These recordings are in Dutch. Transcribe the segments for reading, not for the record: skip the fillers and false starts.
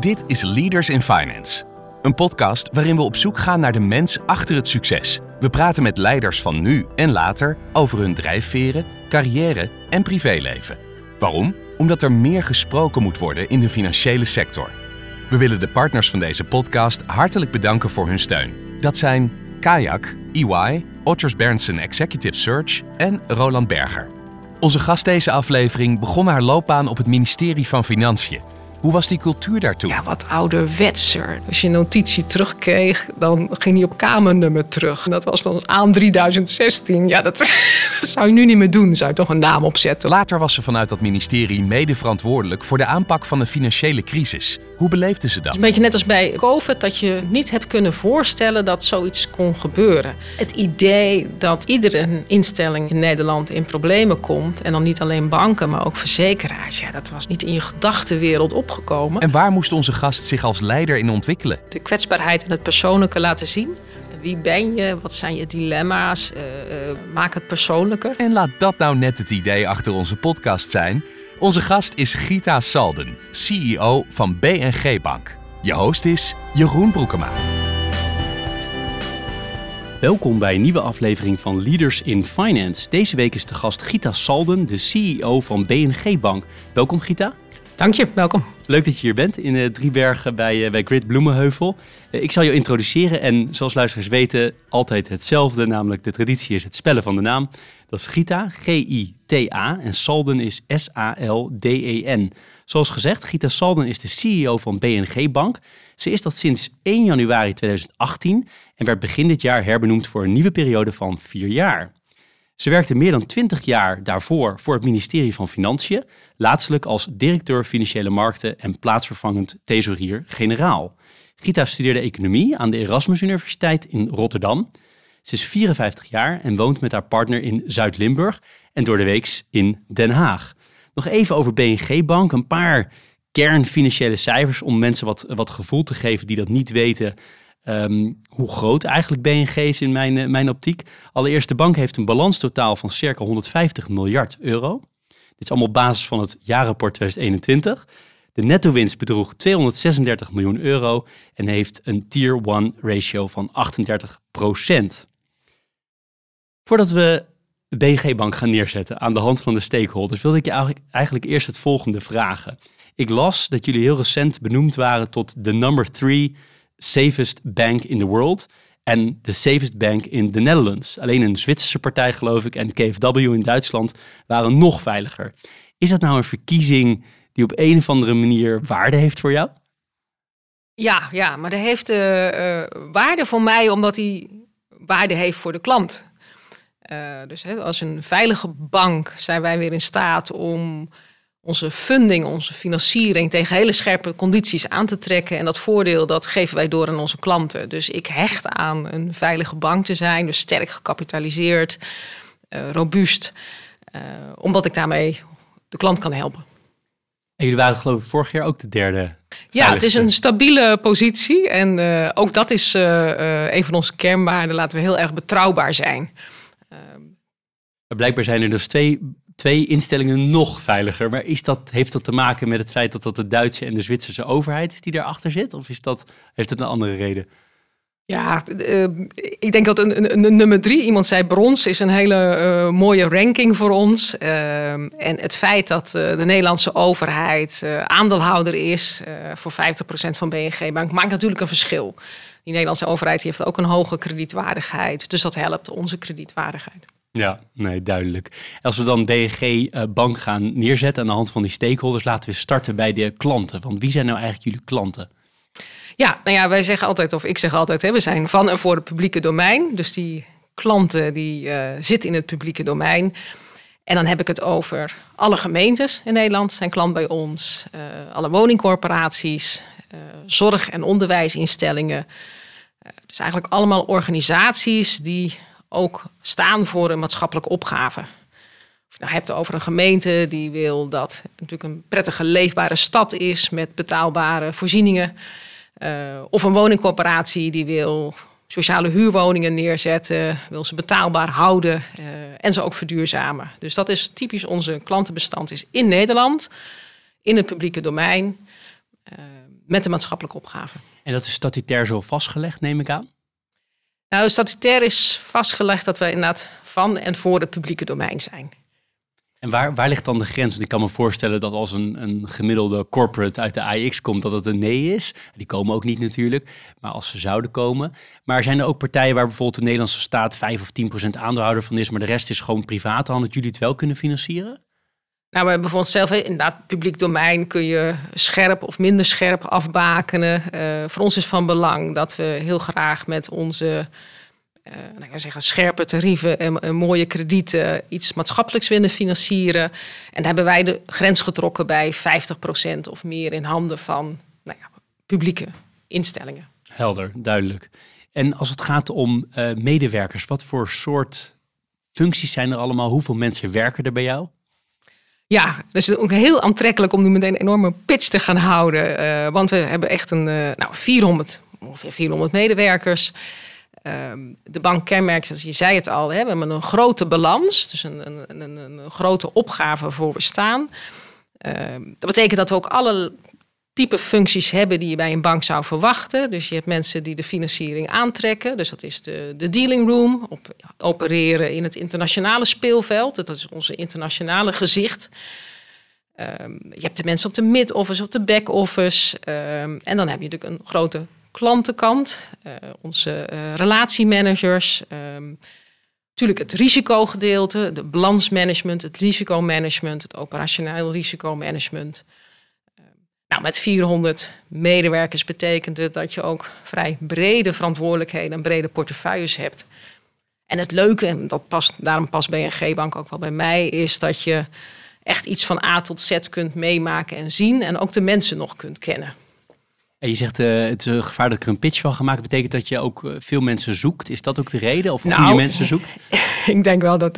Dit is Leaders in Finance. Een podcast waarin we op zoek gaan naar de mens achter het succes. We praten met leiders van nu en later over hun drijfveren, carrière en privéleven. Waarom? Omdat er meer gesproken moet worden in de financiële sector. We willen de partners van deze podcast hartelijk bedanken voor hun steun. Dat zijn Kayak, EY, Otters Berndsen Executive Search en Roland Berger. Onze gast deze aflevering begon haar loopbaan op het ministerie van Financiën. Hoe was die cultuur daartoe? Ja, wat ouderwetser. Als je een notitie terugkreeg, dan ging je op kamernummer terug. En dat was dan aan 3016. Ja, dat zou je nu niet meer doen. Zou je toch een naam opzetten. Later was ze vanuit dat ministerie mede verantwoordelijk voor de aanpak van de financiële crisis. Hoe beleefde ze dat? Een beetje net als bij COVID, dat je niet hebt kunnen voorstellen dat zoiets kon gebeuren. Het idee dat iedere instelling in Nederland in problemen komt, en dan niet alleen banken, maar ook verzekeraars. Ja, dat was niet in je gedachtenwereld opgekomen. En waar moest onze gast zich als leider in ontwikkelen? De kwetsbaarheid en het persoonlijke laten zien. Wie ben je? Wat zijn je dilemma's? Maak het persoonlijker. En laat dat nou net het idee achter onze podcast zijn. Onze gast is Gita Salden, CEO van BNG Bank. Je host is Jeroen Broekema. Welkom bij een nieuwe aflevering van Leaders in Finance. Deze week is de gast Gita Salden, de CEO van BNG Bank. Welkom Gita. Dank je, welkom. Leuk dat je hier bent in Driebergen bij Grit Bloemenheuvel. Ik zal je introduceren en zoals luisteraars weten altijd hetzelfde. Namelijk de traditie is het spellen van de naam. Dat is Gita, G-I-T-A en Salden is S-A-L-D-E-N. Zoals gezegd, Gita Salden is de CEO van BNG Bank. Ze is dat sinds 1 januari 2018 en werd begin dit jaar herbenoemd voor een nieuwe periode van 4 jaar. Ze werkte meer dan 20 jaar daarvoor voor het ministerie van Financiën, laatstelijk als directeur financiële markten en plaatsvervangend thesaurier-generaal. Gita studeerde economie aan de Erasmus Universiteit in Rotterdam. Ze is 54 jaar en woont met haar partner in Zuid-Limburg en door de weeks in Den Haag. Nog even over BNG Bank, een paar kernfinanciële cijfers om mensen wat gevoel te geven die dat niet weten. Hoe groot eigenlijk BNG is in mijn optiek. Allereerst, de bank heeft een balanstotaal van circa 150 miljard euro. Dit is allemaal op basis van het jaarrapport 2021. De netto-winst bedroeg 236 miljoen euro en heeft een Tier 1 ratio van 38%. Voordat we de BNG Bank gaan neerzetten aan de hand van de stakeholders, wilde ik je eigenlijk eerst het volgende vragen. Ik las dat jullie heel recent benoemd waren tot de number 3 safest bank in the world en de safest bank in the Netherlands. Alleen een Zwitserse partij, geloof ik, en KfW in Duitsland waren nog veiliger. Is dat nou een verkiezing die op een of andere manier waarde heeft voor jou? Ja, maar dat heeft waarde voor mij omdat hij waarde heeft voor de klant. Dus als een veilige bank zijn wij weer in staat om onze funding, onze financiering tegen hele scherpe condities aan te trekken. En dat voordeel, dat geven wij door aan onze klanten. Dus ik hecht aan een veilige bank te zijn. Dus sterk gecapitaliseerd, robuust. Omdat ik daarmee de klant kan helpen. En jullie waren geloof ik vorig jaar ook de derde. Ja, het is een stabiele positie. En ook dat is een van onze kernwaarden. Laten we heel erg betrouwbaar zijn. Blijkbaar zijn er dus twee instellingen nog veiliger. Maar heeft dat te maken met het feit dat de Duitse en de Zwitserse overheid is die daarachter zit? Of heeft het een andere reden? Ja, ik denk dat een nummer 3, iemand zei brons, is een hele mooie ranking voor ons. En het feit dat de Nederlandse overheid aandeelhouder is voor 50% van BNG Bank maakt natuurlijk een verschil. Die Nederlandse overheid heeft ook een hoge kredietwaardigheid. Dus dat helpt onze kredietwaardigheid. Ja, nee, duidelijk. Als we dan BNG Bank gaan neerzetten aan de hand van die stakeholders, laten we starten bij de klanten. Want wie zijn nou eigenlijk jullie klanten? Ja, nou ja, wij zeggen altijd, of ik zeg altijd, we zijn van en voor het publieke domein. Dus die klanten die zitten in het publieke domein. En dan heb ik het over alle gemeentes in Nederland zijn klant bij ons. Alle woningcorporaties, zorg- en onderwijsinstellingen. Dus eigenlijk allemaal organisaties die ook staan voor een maatschappelijke opgave. Of je nou hebt over een gemeente die wil dat het natuurlijk een prettige leefbare stad is met betaalbare voorzieningen. Of een woningcorporatie die wil sociale huurwoningen neerzetten, wil ze betaalbaar houden en ze ook verduurzamen. Dus dat is typisch onze klantenbestand is in Nederland, in het publieke domein. met de maatschappelijke opgave. En dat is statutair zo vastgelegd, neem ik aan? Nou, statutair is vastgelegd dat we inderdaad van en voor het publieke domein zijn. En waar ligt dan de grens? Want ik kan me voorstellen dat als een gemiddelde corporate uit de AEX komt, dat het een nee is. Die komen ook niet natuurlijk, maar als ze zouden komen. Maar zijn er ook partijen waar bijvoorbeeld de Nederlandse staat 5 of 10% aandeelhouder van is, maar de rest is gewoon private hand, dat jullie het wel kunnen financieren? Nou, we hebben bijvoorbeeld zelf, inderdaad, publiek domein kun je scherp of minder scherp afbakenen. Voor ons is van belang dat we heel graag met onze scherpe tarieven en mooie kredieten iets maatschappelijks willen financieren. En daar hebben wij de grens getrokken bij 50% of meer in handen van publieke instellingen. Helder, duidelijk. En als het gaat om medewerkers, wat voor soort functies zijn er allemaal? Hoeveel mensen werken er bij jou? Ja, dus het is ook heel aantrekkelijk om nu meteen een enorme pitch te gaan houden. Want we hebben echt ongeveer 400 medewerkers. De bank kenmerkt, je zei het al, we hebben een grote balans. Dus een grote opgave voor we staan. Dat betekent dat we ook alle type functies hebben die je bij een bank zou verwachten. Dus je hebt mensen die de financiering aantrekken. Dus dat is de dealing room. Opereren in het internationale speelveld. Dat is onze internationale gezicht. Je hebt de mensen op de mid-office, op de back-office. En dan heb je natuurlijk een grote klantenkant. Onze relatiemanagers. Natuurlijk het risicogedeelte. De balansmanagement, het risicomanagement. Het operationeel risicomanagement. Nou, met 400 medewerkers betekent het dat je ook vrij brede verantwoordelijkheden en brede portefeuilles hebt. En het leuke, en daarom past BNG Bank ook wel bij mij, is dat je echt iets van A tot Z kunt meemaken en zien en ook de mensen nog kunt kennen. En je zegt het gevaar dat ik er een pitch van gemaakt, betekent dat je ook veel mensen zoekt. Is dat ook de reden? Of goede mensen zoekt? Ik denk wel dat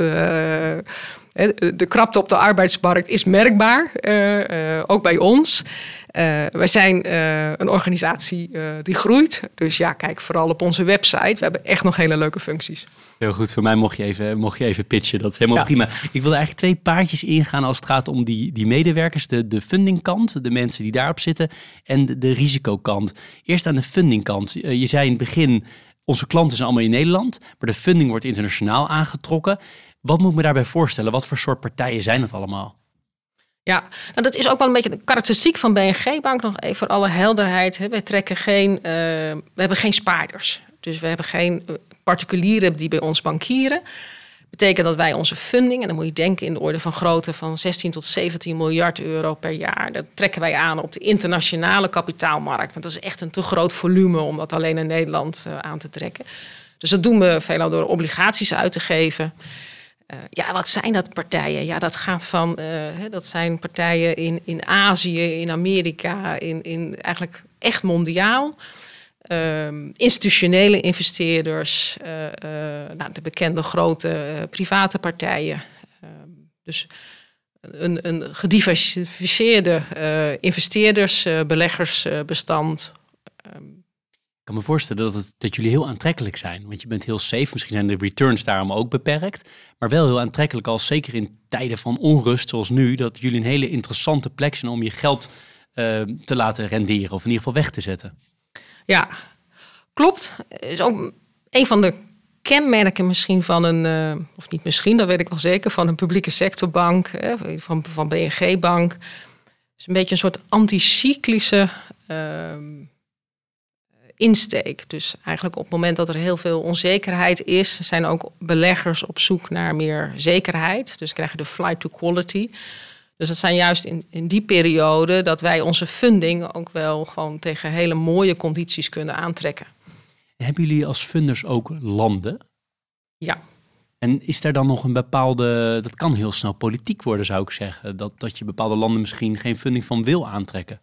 de krapte op de arbeidsmarkt is merkbaar, ook bij ons. Wij zijn een organisatie die groeit. Dus ja, kijk vooral op onze website. We hebben echt nog hele leuke functies. Heel goed, voor mij mocht je even pitchen. Dat is helemaal prima. Ik wilde eigenlijk 2 paadjes ingaan als het gaat om die medewerkers. De fundingkant, de mensen die daarop zitten. En de risicokant. Eerst aan de fundingkant. Je zei in het begin, onze klanten zijn allemaal in Nederland. Maar de funding wordt internationaal aangetrokken. Wat moet ik me daarbij voorstellen? Wat voor soort partijen zijn het allemaal? Ja, nou dat is ook wel een beetje de karakteristiek van BNG Bank. Nog even voor alle helderheid. Wij we hebben geen spaarders. Dus we hebben geen particulieren die bij ons bankieren. Dat betekent dat wij onze funding, en dan moet je denken in de orde van grootte van 16 tot 17 miljard euro per jaar. Dat trekken wij aan op de internationale kapitaalmarkt. Want dat is echt een te groot volume om dat alleen in Nederland aan te trekken. Dus dat doen we veelal door obligaties uit te geven. Wat zijn dat partijen? Ja, dat gaat van, dat zijn partijen in Azië, in Amerika, in eigenlijk echt mondiaal. Institutionele investeerders, de bekende grote private partijen. Dus een gediversifieerde beleggersbestand. Ik kan me voorstellen dat jullie heel aantrekkelijk zijn. Want je bent heel safe. Misschien zijn de returns daarom ook beperkt. Maar wel heel aantrekkelijk als zeker in tijden van onrust zoals nu. Dat jullie een hele interessante plek zijn om je geld te laten renderen. Of in ieder geval weg te zetten. Ja, klopt. Is ook een van de kenmerken misschien van of niet misschien, dat weet ik wel zeker, van een publieke sectorbank. Van BNG Bank. Het is een beetje een soort anticyclische insteek. Dus eigenlijk op het moment dat er heel veel onzekerheid is, zijn ook beleggers op zoek naar meer zekerheid. Dus krijg je de flight to quality. Dus dat zijn juist in die periode dat wij onze funding ook wel gewoon tegen hele mooie condities kunnen aantrekken. Hebben jullie als funders ook landen? Ja. En is daar dan nog een bepaalde, dat kan heel snel politiek worden zou ik zeggen, dat je bepaalde landen misschien geen funding van wil aantrekken?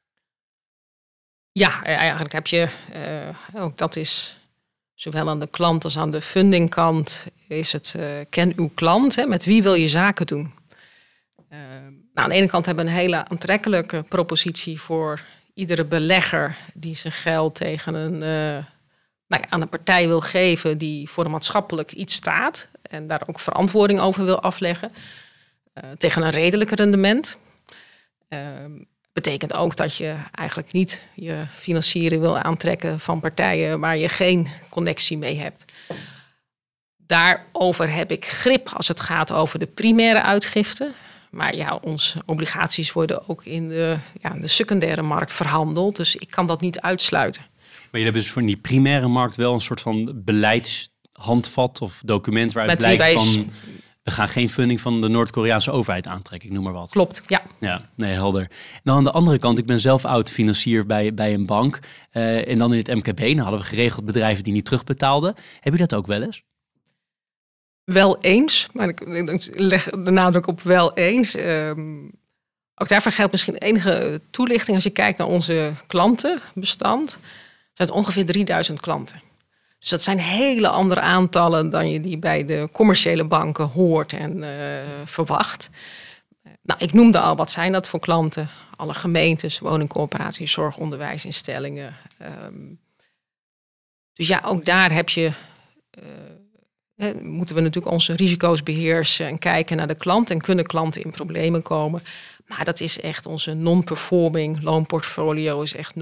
Ja, eigenlijk heb je, ook dat is zowel aan de klant als aan de fundingkant, is het ken uw klant, met wie wil je zaken doen? Aan de ene kant hebben we een hele aantrekkelijke propositie voor iedere belegger die zijn geld tegen aan een partij wil geven die voor een maatschappelijk iets staat en daar ook verantwoording over wil afleggen tegen een redelijk rendement. Betekent ook dat je eigenlijk niet je financieren wil aantrekken van partijen waar je geen connectie mee hebt. Daarover heb ik grip als het gaat over de primaire uitgifte. Maar ja, onze obligaties worden ook in de secundaire markt verhandeld. Dus ik kan dat niet uitsluiten. Maar jullie hebben dus voor die primaire markt wel een soort van beleidshandvat of document waaruit blijkt van... We gaan geen funding van de Noord-Koreaanse overheid aantrekken, ik noem maar wat. Klopt, ja. Ja, nee, helder. Nou, aan de andere kant, ik ben zelf oud-financier bij een bank. En dan in het MKB, dan hadden we geregeld bedrijven die niet terugbetaalden. Heb je dat ook wel eens? Wel eens, maar ik leg de nadruk op wel eens. Ook daarvoor geldt misschien enige toelichting. Als je kijkt naar onze klantenbestand, zijn het ongeveer 3000 klanten. Dus dat zijn hele andere aantallen dan je die bij de commerciële banken hoort en verwacht. Nou, ik noemde al, wat zijn dat voor klanten? Alle gemeentes, woningcorporaties, zorgonderwijsinstellingen. Dus ja, ook daar moeten we natuurlijk onze risico's beheersen en kijken naar de klant. En kunnen klanten in problemen komen. Maar dat is echt onze non-performing loonportfolio is echt 0,09%.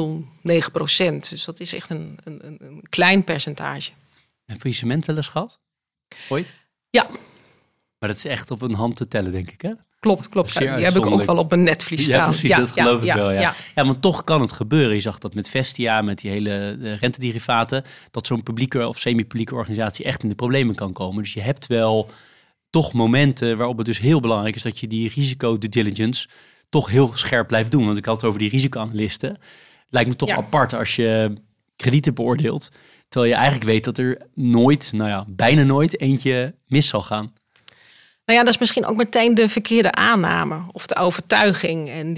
Dus dat is echt een klein percentage. En faillissement wel eens gehad? Ooit? Ja. Maar dat is echt op een hand te tellen, denk ik, hè? Klopt. Die heb ik ook wel op een netvlies staan. Ja, precies, dat geloof ik wel. Ja, want toch kan het gebeuren. Je zag dat met Vestia, met die hele rentederivaten, dat zo'n publieke of semi-publieke organisatie echt in de problemen kan komen. Dus je hebt wel toch momenten waarop het dus heel belangrijk is dat je die risico due diligence toch heel scherp blijft doen. Want ik had het over die risicoanalisten. Lijkt me toch apart als je kredieten beoordeelt, terwijl je eigenlijk weet dat er nooit, bijna nooit eentje mis zal gaan. Nou ja, dat is misschien ook meteen de verkeerde aanname of de overtuiging. En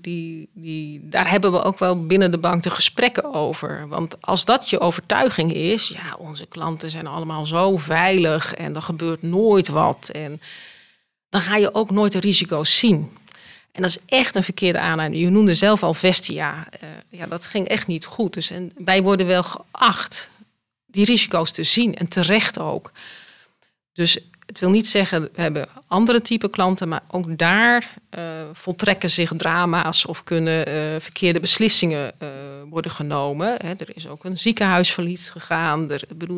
daar hebben we ook wel binnen de bank de gesprekken over. Want als dat je overtuiging is, ja, onze klanten zijn allemaal zo veilig en er gebeurt nooit wat. En dan ga je ook nooit de risico's zien. En dat is echt een verkeerde aanname. Je noemde zelf al Vestia. Dat ging echt niet goed. Dus wij worden wel geacht die risico's te zien en terecht ook. Dus het wil niet zeggen, we hebben andere type klanten, maar ook daar voltrekken zich drama's of kunnen verkeerde beslissingen worden genomen. Er is ook een ziekenhuisverlies gegaan.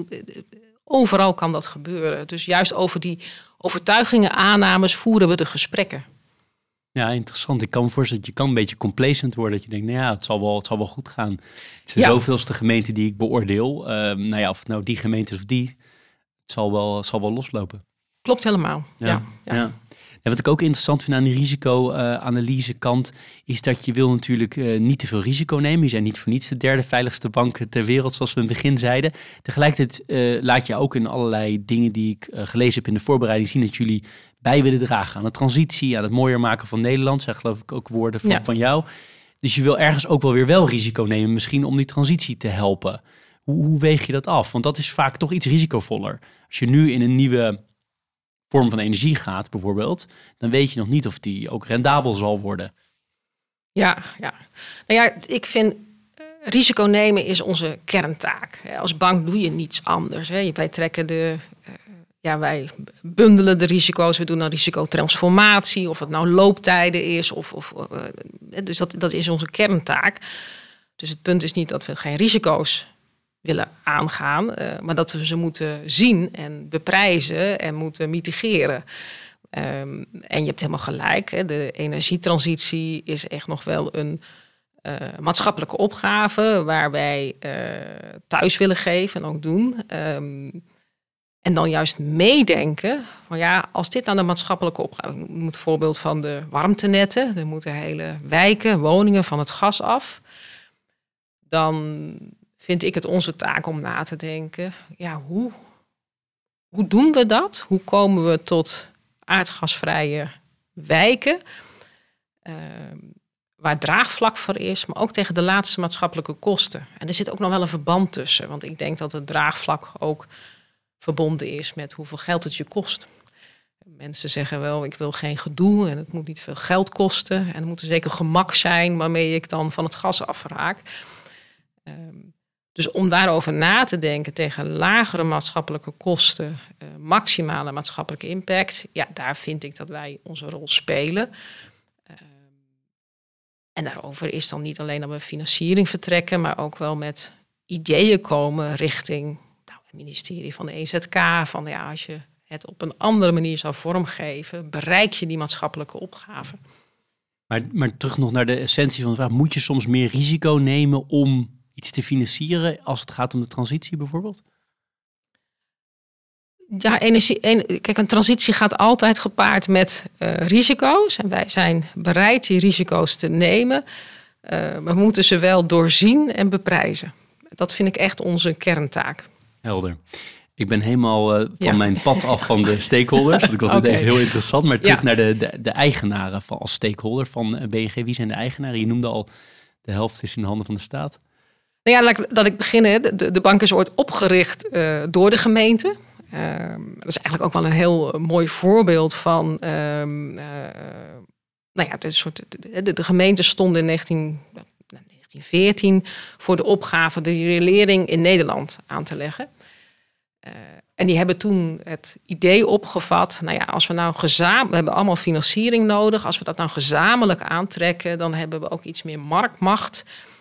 Overal kan dat gebeuren. Dus juist over die overtuigingen, aannames voeren we de gesprekken. Ja, interessant. Ik kan me voorstellen dat je kan een beetje complacent worden. Dat je denkt, het zal wel goed gaan. Het zijn zoveelste gemeenten die ik beoordeel. Of het nou die gemeente is of die, het zal wel loslopen. Klopt helemaal, ja. En wat ik ook interessant vind aan die risicoanalyse kant is dat je wil natuurlijk niet te veel risico nemen. Je zijn niet voor niets de derde veiligste bank ter wereld, zoals we in het begin zeiden. Tegelijkertijd laat je ook in allerlei dingen die ik gelezen heb in de voorbereiding zien dat jullie bij willen dragen aan de transitie, aan het mooier maken van Nederland. Zijn geloof ik ook woorden van jou. Dus je wil ergens ook wel risico nemen, misschien om die transitie te helpen. Hoe weeg je dat af? Want dat is vaak toch iets risicovoller. Als je nu in een nieuwe vorm van energie gaat bijvoorbeeld, dan weet je nog niet of die ook rendabel zal worden. Ja. Nou ja, ik vind risico nemen is onze kerntaak. Als bank doe je niets anders. Wij trekken wij bundelen de risico's. We doen een risicotransformatie, of het nou looptijden is. Dus dat is onze kerntaak. Dus het punt is niet dat we geen risico's willen aangaan, maar dat we ze moeten zien en beprijzen en moeten mitigeren. En je hebt helemaal gelijk, de energietransitie is echt nog wel een maatschappelijke opgave waar wij thuis willen geven en ook doen. En dan juist meedenken, als dit aan de maatschappelijke opgave, ik noem het voorbeeld van de warmtenetten, er moeten hele wijken, woningen van het gas af, dan vind ik het onze taak om na te denken, hoe doen we dat? Hoe komen we tot aardgasvrije wijken, waar draagvlak voor is, maar ook tegen de laatste maatschappelijke kosten. En er zit ook nog wel een verband tussen, want ik denk dat het draagvlak ook verbonden is met hoeveel geld het je kost. Mensen zeggen wel, ik wil geen gedoe en het moet niet veel geld kosten. En er moet er zeker gemak zijn waarmee ik dan van het gas afraak. Dus om daarover na te denken tegen lagere maatschappelijke kosten, maximale maatschappelijke impact, daar vind ik dat wij onze rol spelen. En daarover is dan niet alleen dat we financiering vertrekken, maar ook wel met ideeën komen richting het ministerie van de EZK. Van als je het op een andere manier zou vormgeven, bereik je die maatschappelijke opgave. Maar terug nog naar de essentie van de vraag. Moet je soms meer risico nemen om iets te financieren als het gaat om de transitie bijvoorbeeld? Ja, kijk, een transitie gaat altijd gepaard met risico's. En wij zijn bereid die risico's te nemen. Maar we moeten ze wel doorzien en beprijzen. Dat vind ik echt onze kerntaak. Helder. Ik ben helemaal van mijn pad af van de stakeholders. Ik vond het even heel interessant. Maar terug naar de eigenaren als stakeholder van BNG. Wie zijn de eigenaren? Je noemde al, de helft is in de handen van de staat. Nou ja, laat ik beginnen. De bank is ooit opgericht door de gemeente. Dat is eigenlijk ook wel een heel mooi voorbeeld van... de gemeente stond in 1914 voor de opgave de riolering in Nederland aan te leggen. En die hebben toen het idee opgevat, als we nou we hebben allemaal financiering nodig. Als we dat nou gezamenlijk aantrekken, dan hebben we ook iets meer marktmacht.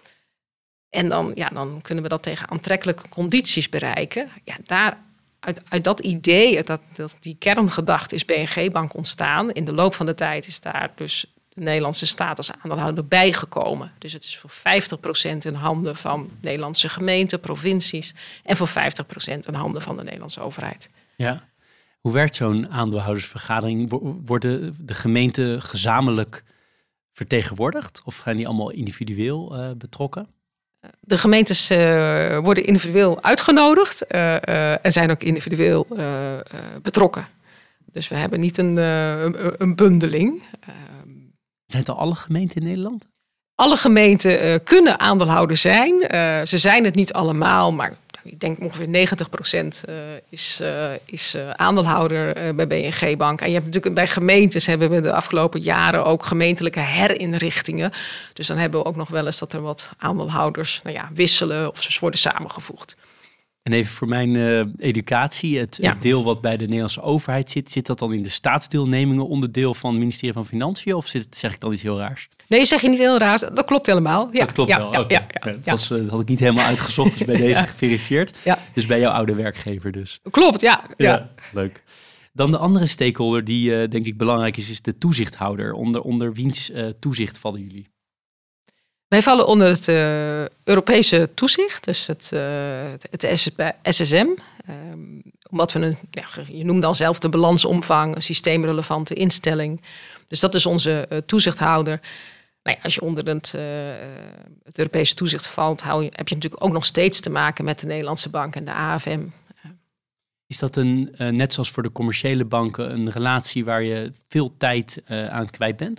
En dan kunnen we dat tegen aantrekkelijke condities bereiken. Ja, uit dat idee, die kerngedachte is BNG Bank ontstaan. In de loop van de tijd is daar dus de Nederlandse staat als aandeelhouder bijgekomen. Dus het is voor 50% in handen van Nederlandse gemeenten, provincies en voor 50% in handen van de Nederlandse overheid. Ja. Hoe werkt zo'n aandeelhoudersvergadering? Worden de gemeenten gezamenlijk vertegenwoordigd of zijn die allemaal individueel betrokken? De gemeentes worden individueel uitgenodigd en zijn ook individueel betrokken. Dus we hebben niet een bundeling. Zijn het al alle gemeenten in Nederland? Alle gemeenten kunnen aandeelhouder zijn. Ze zijn het niet allemaal, maar ik denk ongeveer 90% is aandeelhouder bij BNG Bank. En je hebt natuurlijk bij gemeentes hebben we de afgelopen jaren ook gemeentelijke herinrichtingen. Dus dan hebben we ook nog wel eens dat er wat aandeelhouders wisselen of ze worden samengevoegd. En even voor mijn educatie, het deel wat bij de Nederlandse overheid zit dat dan in de staatsdeelnemingen onderdeel van het ministerie van Financiën? Of zeg ik dan iets heel raars? Nee, zeg je niet heel raar. Dat klopt helemaal. Ja, dat klopt wel. Dat had ik niet helemaal uitgezocht, dus bij deze geverifieerd. Ja. Dus bij jouw oude werkgever dus. Klopt, ja. Leuk. Dan de andere stakeholder die denk ik belangrijk is de toezichthouder. Onder wiens toezicht vallen jullie? Wij vallen onder het Europese toezicht, dus het SSM. Omdat we je noemde al zelf de balansomvang, een systeemrelevante instelling. Dus dat is onze toezichthouder. Als je onder het Europese toezicht valt, heb je natuurlijk ook nog steeds te maken met de Nederlandse Bank en de AFM. Is dat net zoals voor de commerciële banken, een relatie waar je veel tijd aan kwijt bent?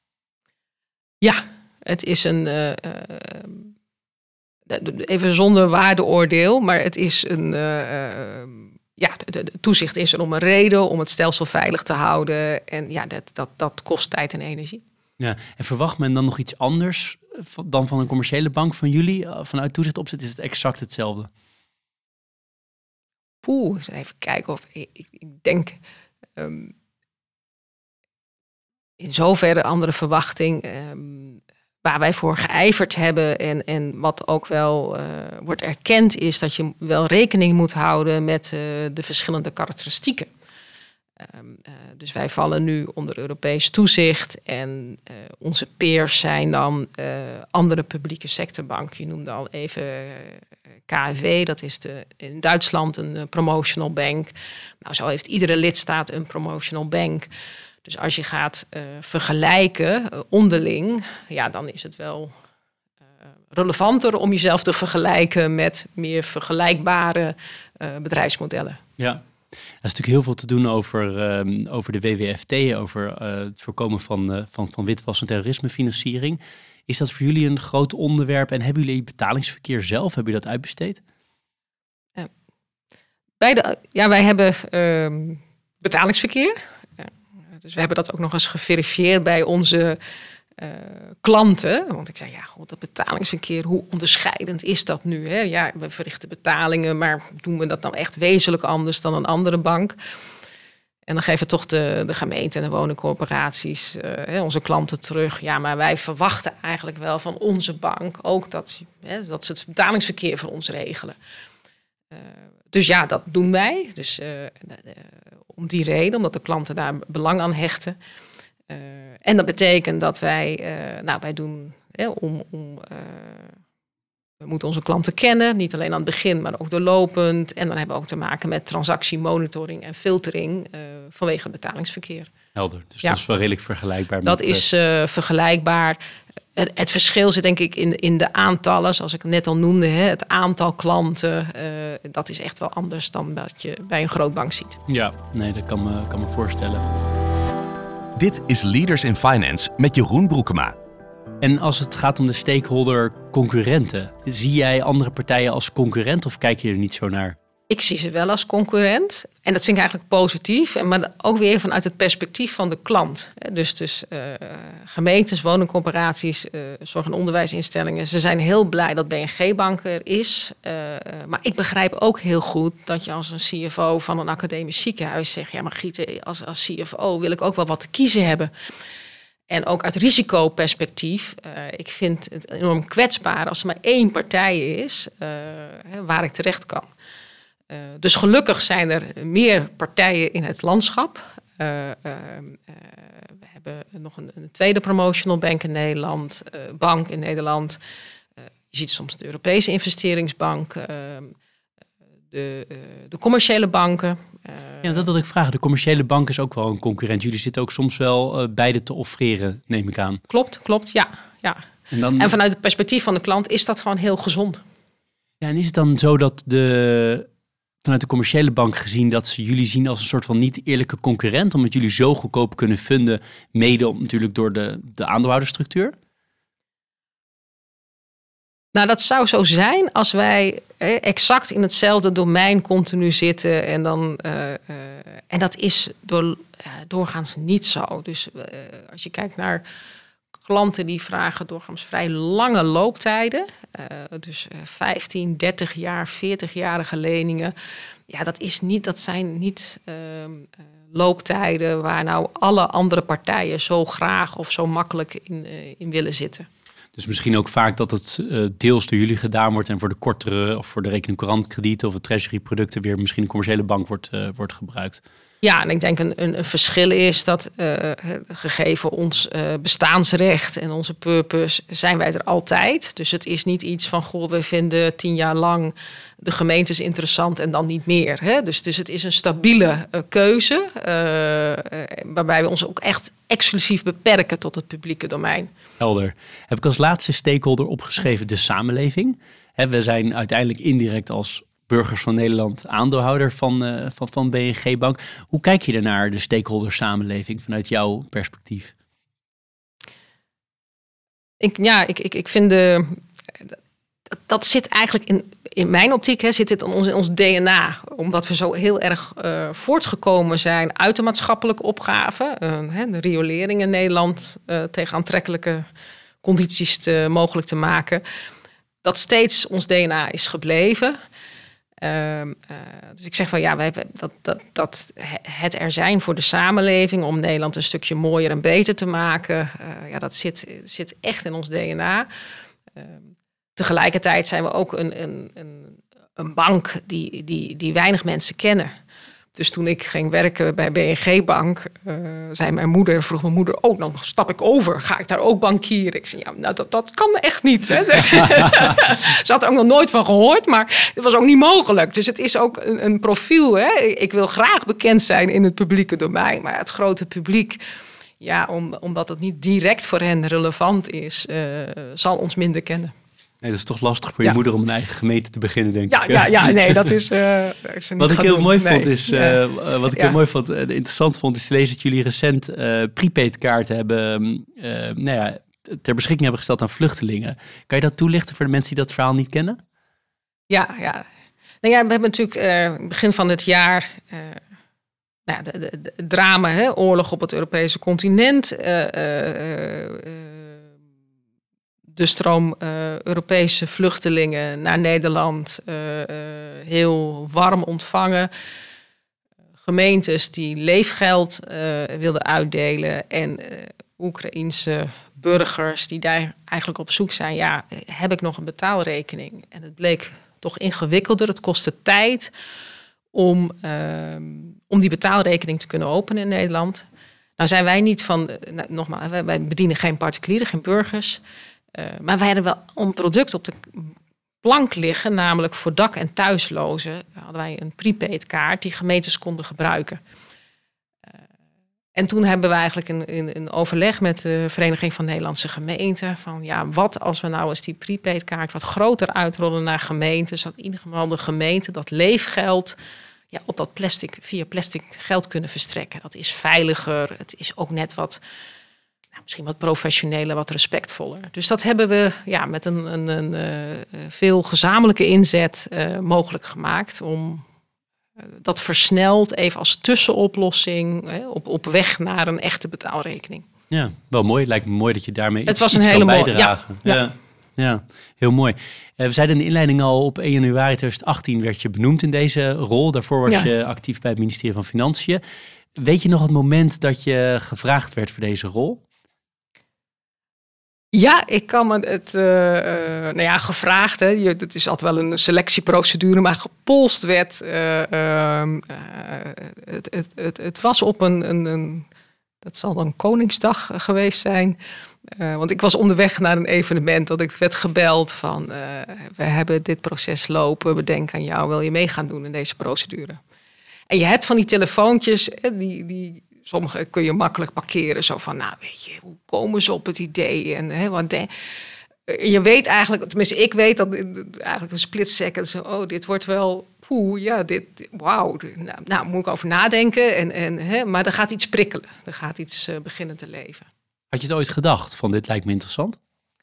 Ja. Het is even zonder waardeoordeel, maar het is de toezicht is er om een reden, om het stelsel veilig te houden. En dat kost tijd en energie. Ja, en verwacht men dan nog iets anders dan van een commerciële bank van jullie? Vanuit toezichtopzet is het exact hetzelfde? Even kijken of ik denk... in zoverre andere verwachting... waar wij voor geijverd hebben en wat ook wel wordt erkend, is dat je wel rekening moet houden met de verschillende karakteristieken. Dus wij vallen nu onder Europees toezicht en onze peers zijn dan andere publieke sectorbanken. Je noemde al even KfW, dat is in Duitsland een promotional bank. Nou, zo heeft iedere lidstaat een promotional bank. Dus als je gaat vergelijken onderling, dan is het wel relevanter om jezelf te vergelijken met meer vergelijkbare bedrijfsmodellen. Ja, er is natuurlijk heel veel te doen over de WWFT, over het voorkomen van witwas- en terrorismefinanciering. Is dat voor jullie een groot onderwerp en hebben jullie betalingsverkeer zelf? Hebben jullie dat uitbesteed? Wij hebben betalingsverkeer. Dus we hebben dat ook nog eens geverifieerd bij onze klanten. Want ik zei, dat betalingsverkeer, hoe onderscheidend is dat nu? Hè? Ja, we verrichten betalingen, maar doen we dat nou echt wezenlijk anders dan een andere bank? En dan geven toch de gemeenten en de woningcorporaties onze klanten terug. Ja, maar wij verwachten eigenlijk wel van onze bank ook dat ze het betalingsverkeer voor ons regelen. Dus ja, dat doen wij. Dus om die reden, omdat de klanten daar belang aan hechten. En dat betekent dat wij doen we moeten onze klanten kennen, niet alleen aan het begin, maar ook doorlopend. En dan hebben we ook te maken met transactiemonitoring en filtering vanwege het betalingsverkeer. Helder, dus dat is wel redelijk vergelijkbaar. Dat is vergelijkbaar. Het verschil zit denk ik in de aantallen, zoals ik net al noemde. Het aantal klanten, dat is echt wel anders dan wat je bij een grootbank ziet. Ja, nee, dat kan me voorstellen. Dit is Leaders in Finance met Jeroen Broekema. En als het gaat om de stakeholder concurrenten, zie jij andere partijen als concurrent of kijk je er niet zo naar? Ik zie ze wel als concurrent. En dat vind ik eigenlijk positief. Maar ook weer vanuit het perspectief van de klant. Dus gemeentes, woningcorporaties, zorg- en onderwijsinstellingen. Ze zijn heel blij dat BNG-bank er is. Maar ik begrijp ook heel goed dat je als een CFO van een academisch ziekenhuis zegt... ja, maar Gieten, als CFO wil ik ook wel wat te kiezen hebben. En ook uit risicoperspectief, ik vind het enorm kwetsbaar als er maar één partij is waar ik terecht kan. Dus gelukkig zijn er meer partijen in het landschap. We hebben nog een tweede promotional bank in Nederland, bank in Nederland. Je ziet soms de Europese investeringsbank, de commerciële banken. Ja, dat wil ik vragen. De commerciële bank is ook wel een concurrent. Jullie zitten ook soms wel beide te offeren, neem ik aan. Klopt, ja. En vanuit het perspectief van de klant is dat gewoon heel gezond. Ja, en is het dan zo dat vanuit de commerciële bank gezien dat ze jullie zien als een soort van niet eerlijke concurrent, omdat jullie zo goedkoop kunnen funden, mede natuurlijk door de aandeelhoudersstructuur? Nou, dat zou zo zijn als wij exact in hetzelfde domein continu zitten. En dat is doorgaans niet zo. Dus als je kijkt naar klanten die vragen doorgaans vrij lange looptijden. Dus 15, 30 jaar, 40-jarige leningen. Ja, dat zijn niet looptijden waar nou alle andere partijen zo graag of zo makkelijk in willen zitten. Dus misschien ook vaak dat het deels door jullie gedaan wordt en voor de kortere of voor de rekening-courant kredieten of de treasury producten weer misschien een commerciële bank wordt gebruikt. Ja, en ik denk een verschil is dat gegeven ons bestaansrecht en onze purpose zijn wij er altijd. Dus het is niet iets van, we vinden 10 jaar lang de gemeentes interessant en dan niet meer. Hè? Dus het is een stabiele keuze waarbij we ons ook echt exclusief beperken tot het publieke domein. Helder. Heb ik als laatste stakeholder opgeschreven de samenleving. We zijn uiteindelijk indirect als burgers van Nederland aandeelhouder van BNG Bank. Hoe kijk je naar de stakeholder samenleving vanuit jouw perspectief? Ik vind dat zit eigenlijk in mijn optiek, zit dit in ons DNA. Omdat we zo heel erg voortgekomen zijn uit de maatschappelijke opgave. De riolering in Nederland tegen aantrekkelijke condities mogelijk te maken. Dat steeds ons DNA is gebleven. Dus ik zeg van het er zijn voor de samenleving om Nederland een stukje mooier en beter te maken. Dat zit echt in ons DNA. Tegelijkertijd zijn we ook een bank die weinig mensen kennen. Dus toen ik ging werken bij BNG Bank, vroeg mijn moeder, dan stap ik over. Ga ik daar ook bankieren? Ik zei, dat kan echt niet. Hè? Ze had er ook nog nooit van gehoord, maar het was ook niet mogelijk. Dus het is ook een profiel. Hè? Ik wil graag bekend zijn in het publieke domein. Maar het grote publiek, omdat het niet direct voor hen relevant is, zal ons minder kennen. Nee, dat is toch lastig voor je moeder om een eigen gemeente te beginnen, denk ik. Nee, dat is niet wat ik heel mooi vond is, interessant vond, is te lezen dat jullie recent prepaid kaarten hebben, ter beschikking hebben gesteld aan vluchtelingen. Kan je dat toelichten voor de mensen die dat verhaal niet kennen? Ja. We hebben natuurlijk begin van dit jaar de drama, oorlog op het Europese continent. De stroom Europese vluchtelingen naar Nederland heel warm ontvangen. gemeentes die leefgeld wilden uitdelen en Oekraïense burgers die daar eigenlijk op zoek zijn. Ja, heb ik nog een betaalrekening? En het bleek toch ingewikkelder. Het kostte tijd om die betaalrekening te kunnen openen in Nederland. Nou zijn wij niet van, nogmaals, wij bedienen geen particulieren, geen burgers. Maar wij hadden wel een product op de plank liggen, namelijk voor dak- en thuislozen hadden wij een prepaid kaart die gemeentes konden gebruiken. En toen hebben we eigenlijk een overleg met de Vereniging van Nederlandse Gemeenten van ja, wat als we nou eens die prepaid kaart wat groter uitrollen naar gemeenten, zodat in ieder geval de gemeente dat leefgeld op dat via plastic geld kunnen verstrekken. Dat is veiliger, het is ook net wat misschien wat professioneler, wat respectvoller. Dus dat hebben we met een veel gezamenlijke inzet mogelijk gemaakt om dat versneld even als tussenoplossing op weg naar een echte betaalrekening. Ja, wel mooi. Het lijkt me mooi dat je daarmee het iets, was een iets hele kan mooie, bijdragen. Ja, heel mooi. We zeiden in de inleiding al, op 1 januari 2018 werd je benoemd in deze rol. Daarvoor was je actief bij het ministerie van Financiën. Weet je nog het moment dat je gevraagd werd voor deze rol? Ja, ik kan me het gevraagd. Het is altijd wel een selectieprocedure, maar gepolst werd. Het was op een dat zal dan Koningsdag geweest zijn. Want ik was onderweg naar een evenement dat ik werd gebeld van we hebben dit proces lopen, we denken aan jou, wil je mee gaan doen in deze procedure? En je hebt van die telefoontjes, die sommige kun je makkelijk parkeren. Zo van, nou weet je, hoe komen ze op het idee? En je weet eigenlijk, tenminste ik weet dat eigenlijk een split second. Dit wordt wel, wauw. Nou, moet ik over nadenken. Maar er gaat iets prikkelen. Er gaat iets beginnen te leven. Had je het ooit gedacht van dit lijkt me interessant?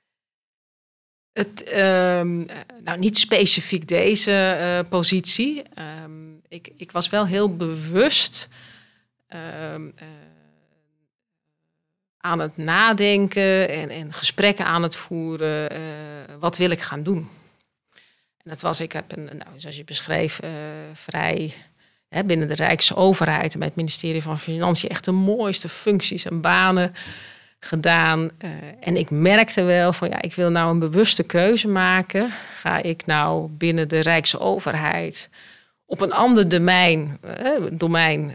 Niet specifiek deze positie. Ik was wel heel bewust aan het nadenken en gesprekken aan het voeren. Wat wil ik gaan doen? En dat was, ik heb zoals je beschreef, vrij binnen de Rijksoverheid en bij het ministerie van Financiën echt de mooiste functies en banen gedaan. En ik merkte wel van ik wil nou een bewuste keuze maken. Ga ik nou binnen de Rijksoverheid op een ander domein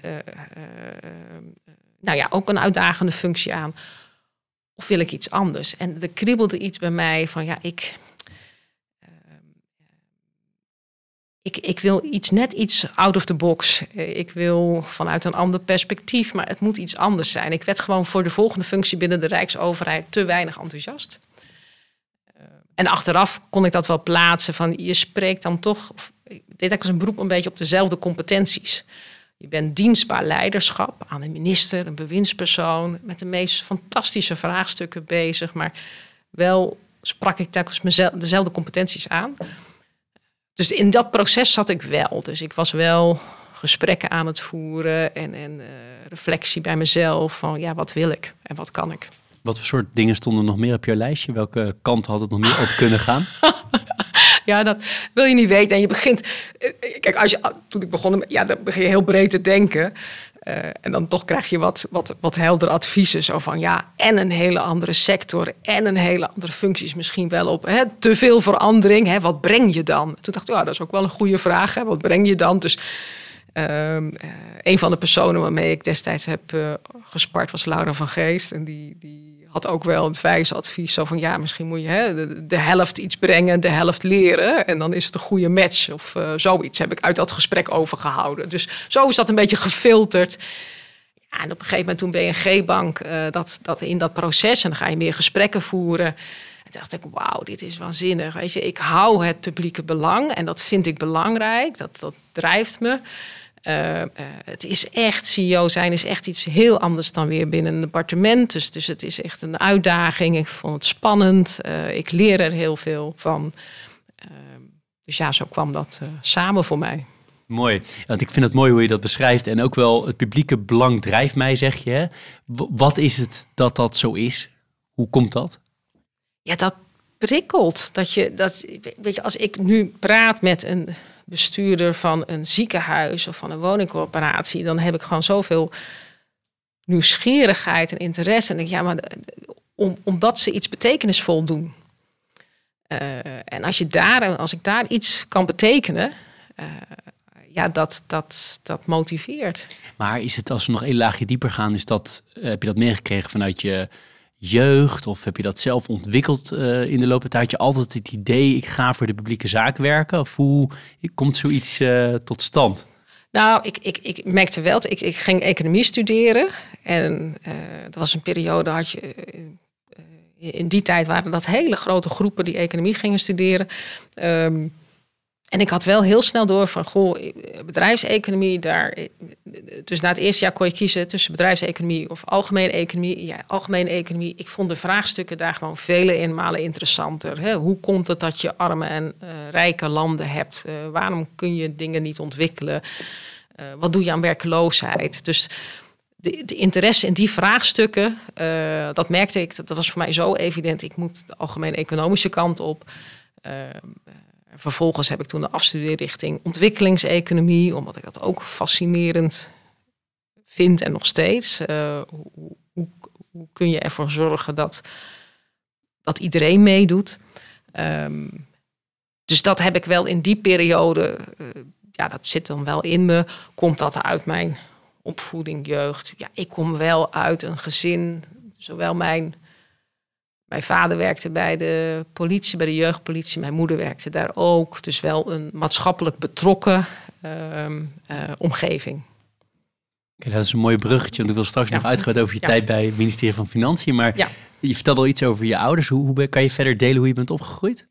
ook een uitdagende functie aan? Of wil ik iets anders? En er kriebelde iets bij mij van ik wil net iets out of the box. Ik wil vanuit een ander perspectief, maar het moet iets anders zijn. Ik werd gewoon voor de volgende functie binnen de Rijksoverheid te weinig enthousiast. En achteraf kon ik dat wel plaatsen van je spreekt dan toch, ik deed ook als een beroep een beetje op dezelfde competenties. Je bent dienstbaar leiderschap aan een minister, een bewindspersoon, met de meest fantastische vraagstukken bezig, maar wel sprak ik telkens dezelfde competenties aan. Dus in dat proces zat ik wel. Dus ik was wel gesprekken aan het voeren en reflectie bij mezelf van wat wil ik en wat kan ik. Wat voor soort dingen stonden nog meer op jouw lijstje? Welke kant had het nog meer op kunnen gaan? Ja, dat wil je niet weten. En je begint... Kijk, toen ik begon, dan begin je heel breed te denken. En dan toch krijg je wat helder adviezen. Zo van, en een hele andere sector. En een hele andere functies misschien wel op. Te veel verandering. Wat breng je dan? Toen dacht ik, dat is ook wel een goede vraag. Wat breng je dan? Dus een van de personen waarmee ik destijds heb gespart was Laura van Geest. En die had ook wel het wijze advies. Zo van, misschien moet je de helft iets brengen, de helft leren. En dan is het een goede match. Of zoiets heb ik uit dat gesprek overgehouden. Dus zo is dat een beetje gefilterd. Ja, en op een gegeven moment toen BNG-bank dat in dat proces. En dan ga je meer gesprekken voeren. En toen dacht ik, wauw, dit is waanzinnig. Weet je, ik hou het publieke belang. En dat vind ik belangrijk. Dat drijft me. Het is echt, CEO zijn is echt iets heel anders dan weer binnen een departement. Dus het is echt een uitdaging. Ik vond het spannend. Ik leer er heel veel van. Dus zo kwam dat samen voor mij. Mooi, want ik vind het mooi hoe je dat beschrijft. En ook wel het publieke belang drijft mij, zeg je. Hè? Wat is het dat zo is? Hoe komt dat? Ja, dat prikkelt. Weet je, als ik nu praat met een bestuurder van een ziekenhuis of van een woningcorporatie, dan heb ik gewoon zoveel nieuwsgierigheid en interesse. En denk ik, maar omdat ze iets betekenisvol doen. En als ik daar iets kan betekenen, dat motiveert. Maar is het, als we nog een laagje dieper gaan, heb je dat meegekregen vanuit je jeugd? Of heb je dat zelf ontwikkeld in de loop der tijd? Had je altijd het idee, ik ga voor de publieke zaak werken? Of hoe komt zoiets tot stand? Nou, ik merkte wel, ik ging economie studeren. En dat was een periode, had je... in die tijd waren dat hele grote groepen die economie gingen studeren. En ik had wel heel snel door van, bedrijfseconomie, dus na het eerste jaar kon je kiezen tussen bedrijfseconomie of algemene economie. Ja, algemene economie, ik vond de vraagstukken daar gewoon vele malen interessanter. Hè? Hoe komt het dat je arme en rijke landen hebt? Waarom kun je dingen niet ontwikkelen? Wat doe je aan werkloosheid? Dus de interesse in die vraagstukken, dat merkte ik, dat was voor mij zo evident. Ik moet de algemene economische kant op. Vervolgens heb ik toen de afstudeerrichting ontwikkelingseconomie, omdat ik dat ook fascinerend vind en nog steeds. Hoe kun je ervoor zorgen dat iedereen meedoet? Dus dat heb ik wel in die periode, dat zit dan wel in me. Komt dat uit mijn opvoeding, jeugd? Ja, ik kom wel uit een gezin, zowel mijn vader werkte bij de politie, bij de jeugdpolitie. Mijn moeder werkte daar ook. Dus wel een maatschappelijk betrokken omgeving. Okay, dat is een mooi bruggetje, want ik wil straks nog uitgebreid over je tijd bij het ministerie van Financiën. Maar je vertelde al iets over je ouders. Hoe kan je verder delen hoe je bent opgegroeid?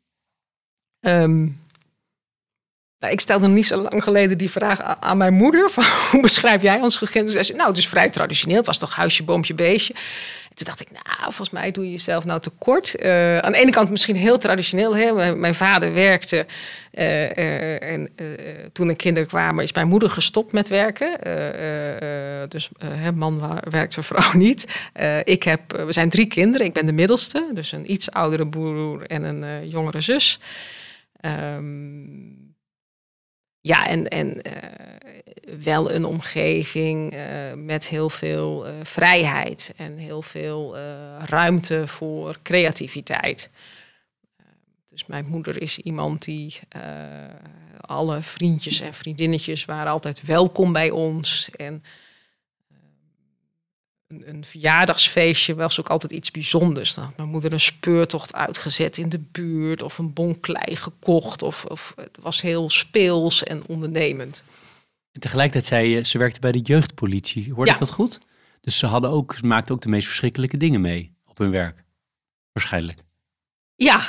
Ik stelde nog niet zo lang geleden die vraag aan mijn moeder. Van, hoe beschrijf jij ons gezin? Ze zei, het is vrij traditioneel. Het was toch huisje, boompje, beestje. Toen dacht ik, volgens mij doe je jezelf nou tekort. Aan de ene kant misschien heel traditioneel. Hè? Mijn vader werkte. Toen de kinderen kwamen, is mijn moeder gestopt met werken. Dus man werkte, vrouw niet. We zijn 3 kinderen. Ik ben de middelste. Dus een iets oudere broer en een jongere zus. Wel een omgeving met heel veel vrijheid en heel veel ruimte voor creativiteit. Dus mijn moeder is iemand die alle vriendjes en vriendinnetjes waren altijd welkom bij ons. En een verjaardagsfeestje was ook altijd iets bijzonders. Dan had mijn moeder een speurtocht uitgezet in de buurt of een bon klei gekocht. Of het was heel speels en ondernemend. En tegelijkertijd zei je, ze werkte bij de jeugdpolitie. Hoorde ik dat goed? Dus ze maakten ook de meest verschrikkelijke dingen mee op hun werk. Waarschijnlijk. Ja,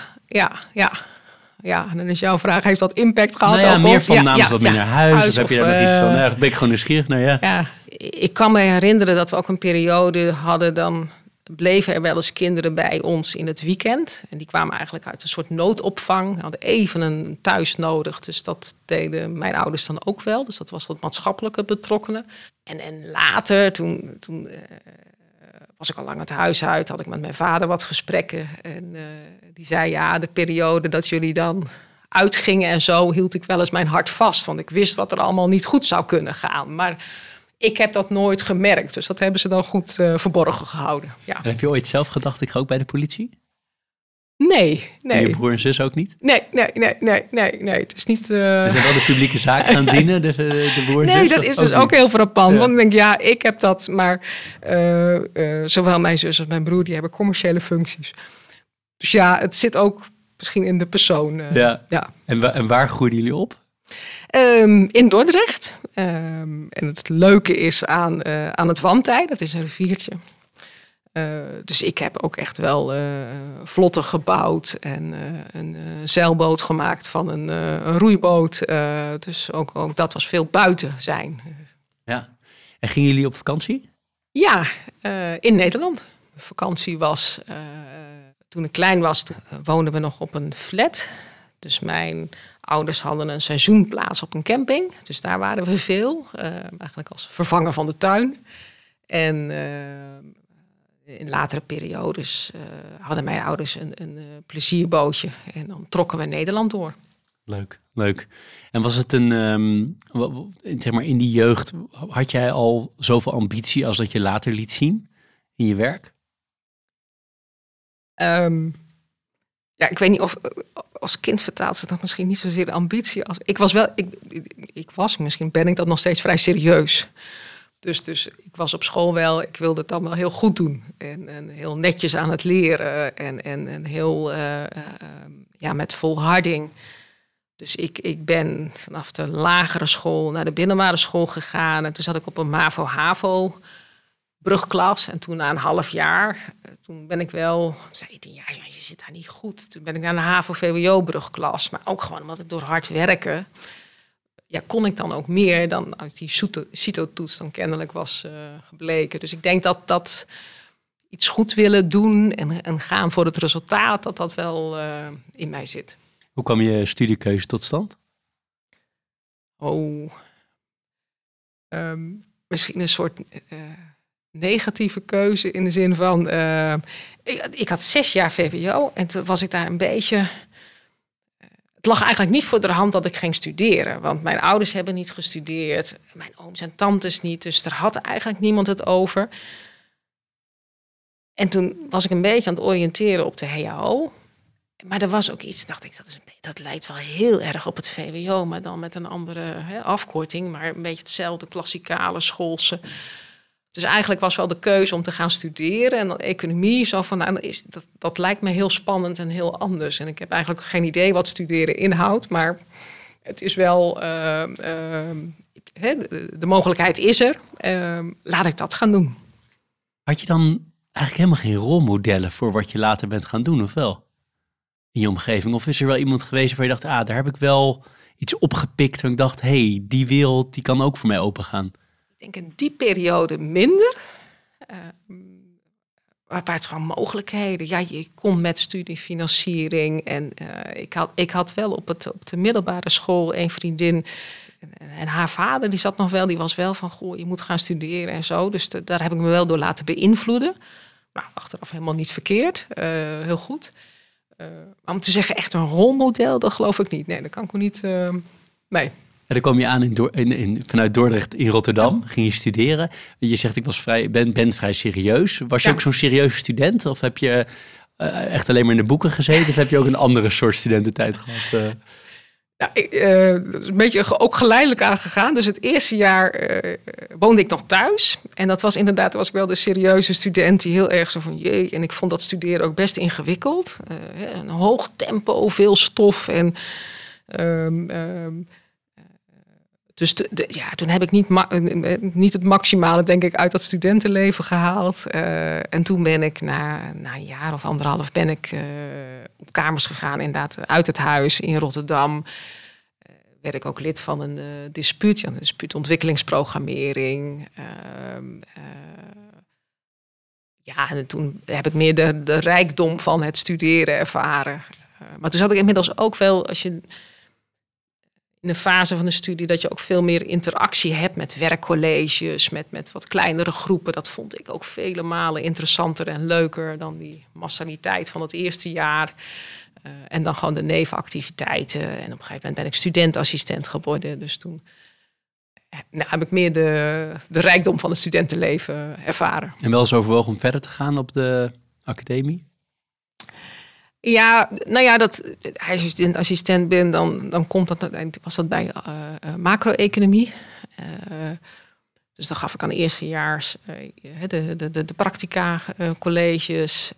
en dan is jouw vraag, heeft dat impact gehad? Meer van namen ze dat mee naar huis? Of heb je daar nog iets van? Ben ik gewoon nieuwsgierig naar, ja, ik kan me herinneren dat we ook een periode hadden, dan bleven er wel eens kinderen bij ons in het weekend. En die kwamen eigenlijk uit een soort noodopvang. Hadden even een thuis nodig. Dus dat deden mijn ouders dan ook wel. Dus dat was dat maatschappelijke betrokkenen. En later, toen was ik al lang het huis uit, had ik met mijn vader wat gesprekken. En die zei, de periode dat jullie dan uitgingen en zo, hield ik wel eens mijn hart vast. Want ik wist wat er allemaal niet goed zou kunnen gaan. Maar ik heb dat nooit gemerkt. Dus dat hebben ze dan goed verborgen gehouden. Ja. En heb je ooit zelf gedacht, ik ga ook bij de politie? Nee. En je broer en zus ook niet? Nee. Het is niet... Ze zijn wel de publieke zaak gaan dienen, de broer en zus? Nee, dat is dus ook heel frappant. Ja. Want ik denk, ik heb dat. Maar zowel mijn zus als mijn broer, die hebben commerciële functies. Dus het zit ook misschien in de persoon. Ja. En waar groeiden jullie op? In Dordrecht. En het leuke is aan het Wandtij, dat is een riviertje. Dus ik heb ook echt wel vlotten gebouwd en een zeilboot gemaakt van een roeiboot. Dus ook dat was veel buiten zijn. Ja. En gingen jullie op vakantie? Ja, in Nederland. De vakantie was, toen ik klein was, woonden we nog op een flat. Dus mijn ouders hadden een seizoenplaats op een camping. Dus daar waren we veel. Eigenlijk als vervanger van de tuin. En in latere periodes hadden mijn ouders een plezierbootje. En dan trokken we Nederland door. Leuk, leuk. En was het zeg maar in die jeugd, had jij al zoveel ambitie als dat je later liet zien in je werk? Ja, ik weet niet of als kind vertaalt ze dat misschien niet zozeer de ambitie als ik was, misschien ben ik dat nog steeds vrij serieus. Dus ik was op school wel, ik wilde het dan wel heel goed doen. En heel netjes aan het leren. En heel met volharding. Dus ik ben vanaf de lagere school naar de middelbare school gegaan. En toen zat ik op een MAVO-HAVO brugklas. En toen na een half jaar, toen ben ik wel, zei ik, ja, je zit daar niet goed. Toen ben ik naar de HAVO-VWO brugklas. Maar ook gewoon omdat ik door hard werken, ja, kon ik dan ook meer dan uit die CITO-toets dan kennelijk was gebleken. Dus ik denk dat iets goed willen doen en gaan voor het resultaat, dat wel in mij zit. Hoe kwam je studiekeuze tot stand? Misschien een soort negatieve keuze in de zin van, ik had 6 jaar VWO en toen was ik daar een beetje. Het lag eigenlijk niet voor de hand dat ik ging studeren. Want mijn ouders hebben niet gestudeerd. Mijn ooms en tantes niet. Dus er had eigenlijk niemand het over. En toen was ik een beetje aan het oriënteren op de HAO. Maar er was ook iets, dacht ik, dat lijkt wel heel erg op het VWO. Maar dan met een andere afkorting. Maar een beetje hetzelfde klassikale schoolse. Dus eigenlijk was wel de keuze om te gaan studeren. En dan economie, zo van, nou, dat lijkt me heel spannend en heel anders. En ik heb eigenlijk geen idee wat studeren inhoudt. Maar het is wel, de mogelijkheid is er. Laat ik dat gaan doen. Had je dan eigenlijk helemaal geen rolmodellen voor wat je later bent gaan doen, of wel? In je omgeving? Of is er wel iemand geweest waar je dacht, daar heb ik wel iets opgepikt. En ik dacht, die wereld die kan ook voor mij opengaan. Ik denk in die periode minder. Maar het gewoon mogelijkheden. Ja, je kon met studiefinanciering. En ik had wel op de middelbare school een vriendin. En haar vader, die zat nog wel. Die was wel van, goh, je moet gaan studeren en zo. Dus daar heb ik me wel door laten beïnvloeden. Nou, achteraf helemaal niet verkeerd. Heel goed. Maar om te zeggen, echt een rolmodel, dat geloof ik niet. Nee, dat kan ik me niet. Nee. En dan kwam je aan vanuit Dordrecht in Rotterdam, ging je studeren. Je zegt, ik ben vrij serieus. Was je ook zo'n serieuze student? Of heb je echt alleen maar in de boeken gezeten? Of heb je ook een andere soort studententijd gehad? Ja, dat is een beetje ook geleidelijk aangegaan. Dus het eerste jaar woonde ik nog thuis. En dat was inderdaad, was ik wel de serieuze student die heel erg zo van, jee. En ik vond dat studeren ook best ingewikkeld. Een hoog tempo, veel stof en... Dus toen heb ik niet het maximale, denk ik, uit dat studentenleven gehaald. En toen ben ik na een jaar of 1,5 ben ik op kamers gegaan, inderdaad, uit het huis in Rotterdam. Werd ik ook lid van een dispuut, een dispuutontwikkelingsprogrammering. En toen heb ik meer de rijkdom van het studeren ervaren. Maar toen zat ik inmiddels ook wel, als je in de fase van de studie, dat je ook veel meer interactie hebt met werkcolleges, met wat kleinere groepen. Dat vond ik ook vele malen interessanter en leuker dan die massaliteit van het eerste jaar. En dan gewoon de nevenactiviteiten. En op een gegeven moment ben ik studentassistent geworden. Dus toen heb ik meer de rijkdom van het studentenleven ervaren. En wel eens overwogen om verder te gaan op de academie? Ja, nou ja, als je studentassistent bent, dan was dat bij macro-economie. Dus dan gaf ik aan de eerstejaars de practica colleges.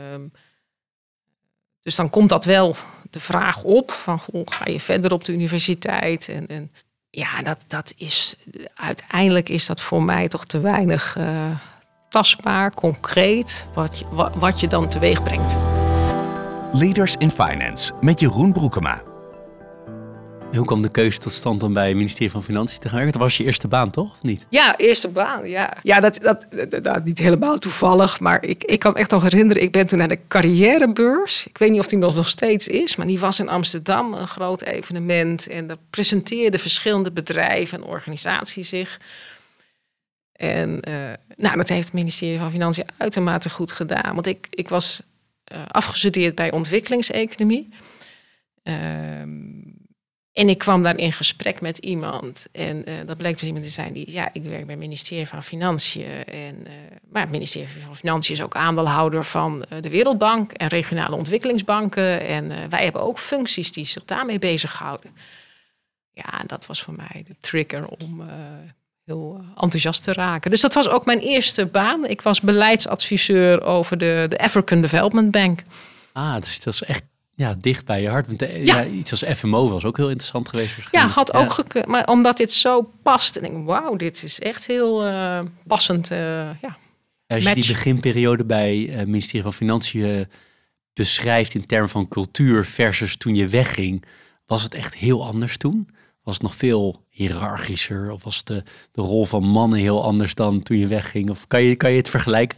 Dus dan komt dat wel de vraag op van, ga je verder op de universiteit? En ja, dat is uiteindelijk is dat voor mij toch te weinig tastbaar, concreet, wat je dan teweeg brengt. Leaders in Finance met Jeroen Broekema. En hoe kwam de keuze tot stand dan bij het ministerie van Financiën te gaan werken? Dat was je eerste baan, toch? Of niet? Ja, eerste baan, ja. Ja, dat niet helemaal toevallig, maar ik kan me echt nog herinneren. Ik ben toen naar de carrièrebeurs. Ik weet niet of die nog steeds is, maar die was in Amsterdam, een groot evenement. En daar presenteerden verschillende bedrijven en organisaties zich. En dat heeft het ministerie van Financiën uitermate goed gedaan. Want ik was afgestudeerd bij ontwikkelingseconomie. En ik kwam daar in gesprek met iemand. En dat bleek dus iemand te zijn die... Ja, ik werk bij het ministerie van Financiën. Maar het ministerie van Financiën is ook aandeelhouder van de Wereldbank en regionale ontwikkelingsbanken. En wij hebben ook functies die zich daarmee bezighouden. Ja, dat was voor mij de trigger om heel enthousiast te raken. Dus dat was ook mijn eerste baan. Ik was beleidsadviseur over de African Development Bank. Dus dat is echt dicht bij je hart. Want iets als FMO was ook heel interessant geweest waarschijnlijk. Ja, had ook gekund. Maar omdat dit zo past. En ik denk, wauw, dit is echt heel passend. Als je die beginperiode bij het ministerie van Financiën beschrijft in termen van cultuur versus toen je wegging, was het echt heel anders toen? Was het nog veel hiërarchischer? Of was de rol van mannen heel anders dan toen je wegging? Of kan je het vergelijken?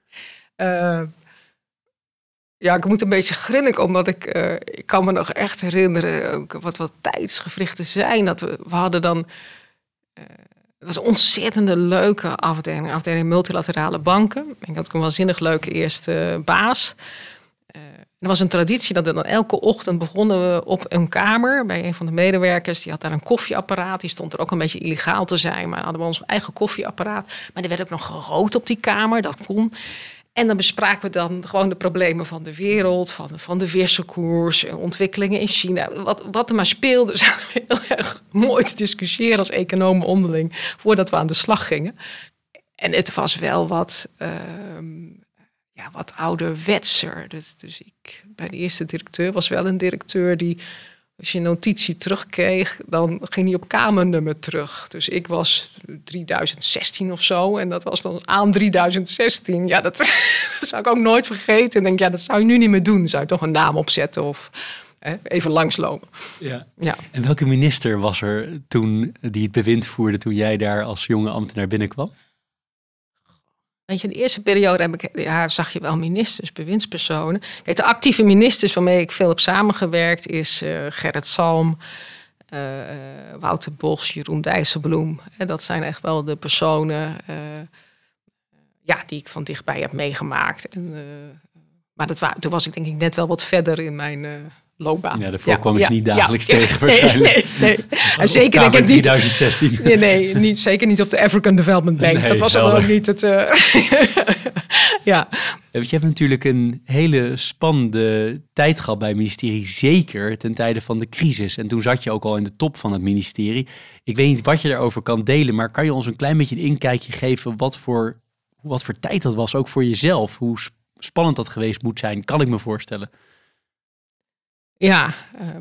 Ja, ik moet een beetje grinniken, omdat ik kan me nog echt herinneren ook wat tijdsgevrichten zijn. Dat we hadden dan... Het was een ontzettende leuke afdeling multilaterale banken. Ik had ook een waanzinnig leuke eerste baas. Er was een traditie dat we dan elke ochtend begonnen we op een kamer bij een van de medewerkers. Die had daar een koffieapparaat. Die stond er ook een beetje illegaal te zijn, maar hadden we ons eigen koffieapparaat. Maar er werd ook nog gerookt op die kamer, dat kon. En dan bespraken we dan gewoon de problemen van de wereld, van de wisselkoers, ontwikkelingen in China. Wat er maar speelde, zaten we heel erg mooi te discussiëren als economen onderling voordat we aan de slag gingen. En het was wel wat ouderwetser. Dus ik bij de eerste directeur was wel een directeur die, als je een notitie terugkreeg, dan ging hij op kamernummer terug. Dus ik was 3016 of zo. En dat was dan aan 3016. Ja, dat zou ik ook nooit vergeten. En denk, dat zou je nu niet meer doen. Zou je toch een naam opzetten of even langslopen. Ja. En welke minister was er toen die het bewind voerde toen jij daar als jonge ambtenaar binnenkwam? Weet je, de eerste periode zag je wel ministers, bewindspersonen. Kijk, de actieve ministers waarmee ik veel heb samengewerkt is Gerrit Salm, Wouter Bos, Jeroen Dijsselbloem. Dat zijn echt wel de personen die ik van dichtbij heb meegemaakt. Maar toen was ik denk ik net wel wat verder in mijn loopbaan. Ja, daarvoor kwam je niet dagelijks tegen waarschijnlijk. Nee. En zeker denk ik niet. 2016. Nee, zeker niet op de African Development Bank. Nee, dat was dan ook niet het. Ja. Je hebt natuurlijk een hele spannende tijd gehad bij het ministerie, zeker ten tijde van de crisis. En toen zat je ook al in de top van het ministerie. Ik weet niet wat je daarover kan delen, maar kan je ons een klein beetje een inkijkje geven wat voor tijd dat was, ook voor jezelf? Hoe spannend dat geweest moet zijn, kan ik me voorstellen. Ja,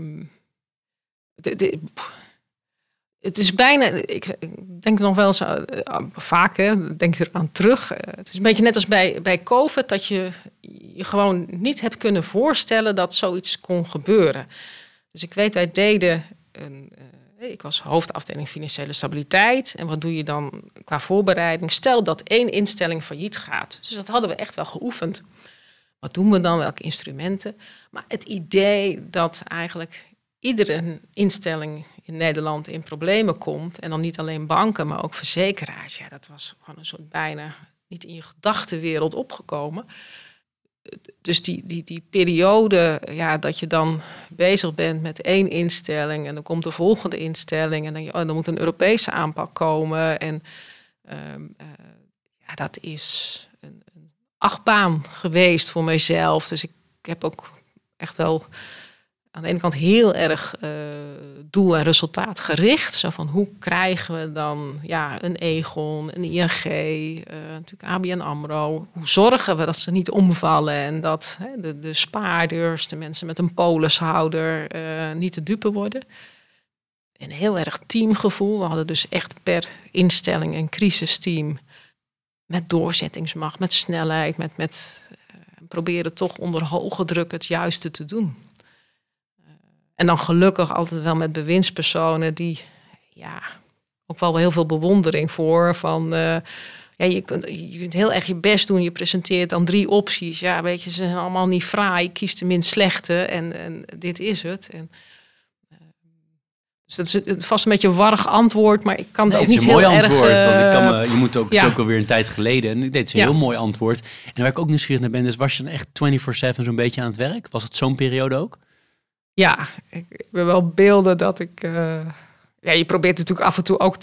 het is bijna, ik denk er nog wel eens vaak, denk ik eraan terug. Het is een beetje net als bij COVID, dat je gewoon niet hebt kunnen voorstellen dat zoiets kon gebeuren. Dus ik weet, wij deden ik was hoofdafdeling financiële stabiliteit. En wat doe je dan qua voorbereiding? Stel dat 1 instelling failliet gaat. Dus dat hadden we echt wel geoefend. Wat doen we dan? Welke instrumenten? Maar het idee dat eigenlijk iedere instelling in Nederland in problemen komt, en dan niet alleen banken, maar ook verzekeraars, dat was gewoon een soort bijna niet in je gedachtenwereld opgekomen. Dus die periode, dat je dan bezig bent met 1 instelling en dan komt de volgende instelling en dan moet een Europese aanpak komen. En dat is een achtbaan geweest voor mijzelf. Dus ik heb ook echt wel aan de ene kant heel erg doel- en resultaatgericht. Zo van, hoe krijgen we dan een Egon, een ING, natuurlijk ABN AMRO. Hoe zorgen we dat ze niet omvallen en dat de spaarders, de mensen met een polishouder niet de dupe worden. Een heel erg teamgevoel. We hadden dus echt per instelling een crisisteam met doorzettingsmacht, met snelheid, met proberen toch onder hoge druk het juiste te doen. En dan gelukkig altijd wel met bewindspersonen die ook wel heel veel bewondering voor. Van je kunt heel erg je best doen. Je presenteert dan 3 opties. Ja, weet je, ze zijn allemaal niet fraai. Kies de minst slechte en dit is het. Dus dat is vast een beetje een warrig antwoord, maar ik kan het ook niet heel erg... Het is een mooi antwoord, want je moet ook, het is ook alweer een tijd geleden. En dit is een heel mooi antwoord. En waar ik ook nieuwsgierig naar ben, is was je dan echt 24/7 zo'n beetje aan het werk? Was het zo'n periode ook? Ja, ik heb wel beelden dat ik... je probeert natuurlijk af en toe ook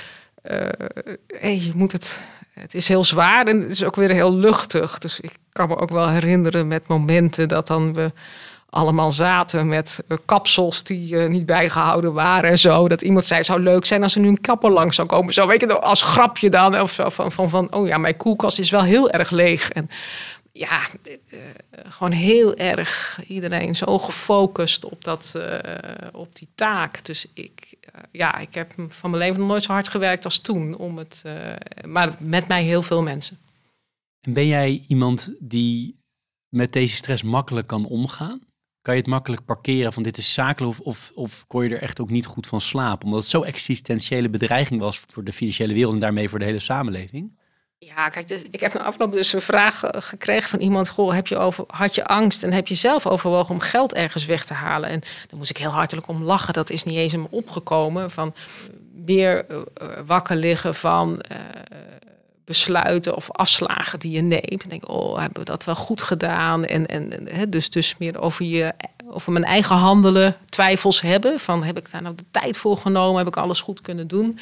je moet het is heel zwaar en het is ook weer heel luchtig. Dus ik kan me ook wel herinneren met momenten dat dan we allemaal zaten met kapsels die niet bijgehouden waren en zo. Dat iemand zei, het zou leuk zijn als er nu een kapper langs zou komen. Zo, weet je, als grapje dan. Of zo van oh ja, mijn koelkast is wel heel erg leeg. En ja, gewoon heel erg iedereen zo gefocust op die taak. Dus ik heb van mijn leven nog nooit zo hard gewerkt als toen. Maar met mij heel veel mensen. En ben jij iemand die met deze stress makkelijk kan omgaan? Kan je het makkelijk parkeren van dit is zakelijk of kon je er echt ook niet goed van slapen? Omdat het zo'n existentiële bedreiging was voor de financiële wereld en daarmee voor de hele samenleving? Ja, kijk, ik heb na afloop dus een vraag gekregen van iemand. Goh, had je angst en heb je zelf overwogen om geld ergens weg te halen? En daar moest ik heel hartelijk om lachen. Dat is niet eens in me opgekomen. Van meer wakker liggen van besluiten of afslagen die je neemt. En denk, hebben we dat wel goed gedaan? Dus meer over mijn eigen handelen twijfels hebben. Van, heb ik daar nou de tijd voor genomen? Heb ik alles goed kunnen doen?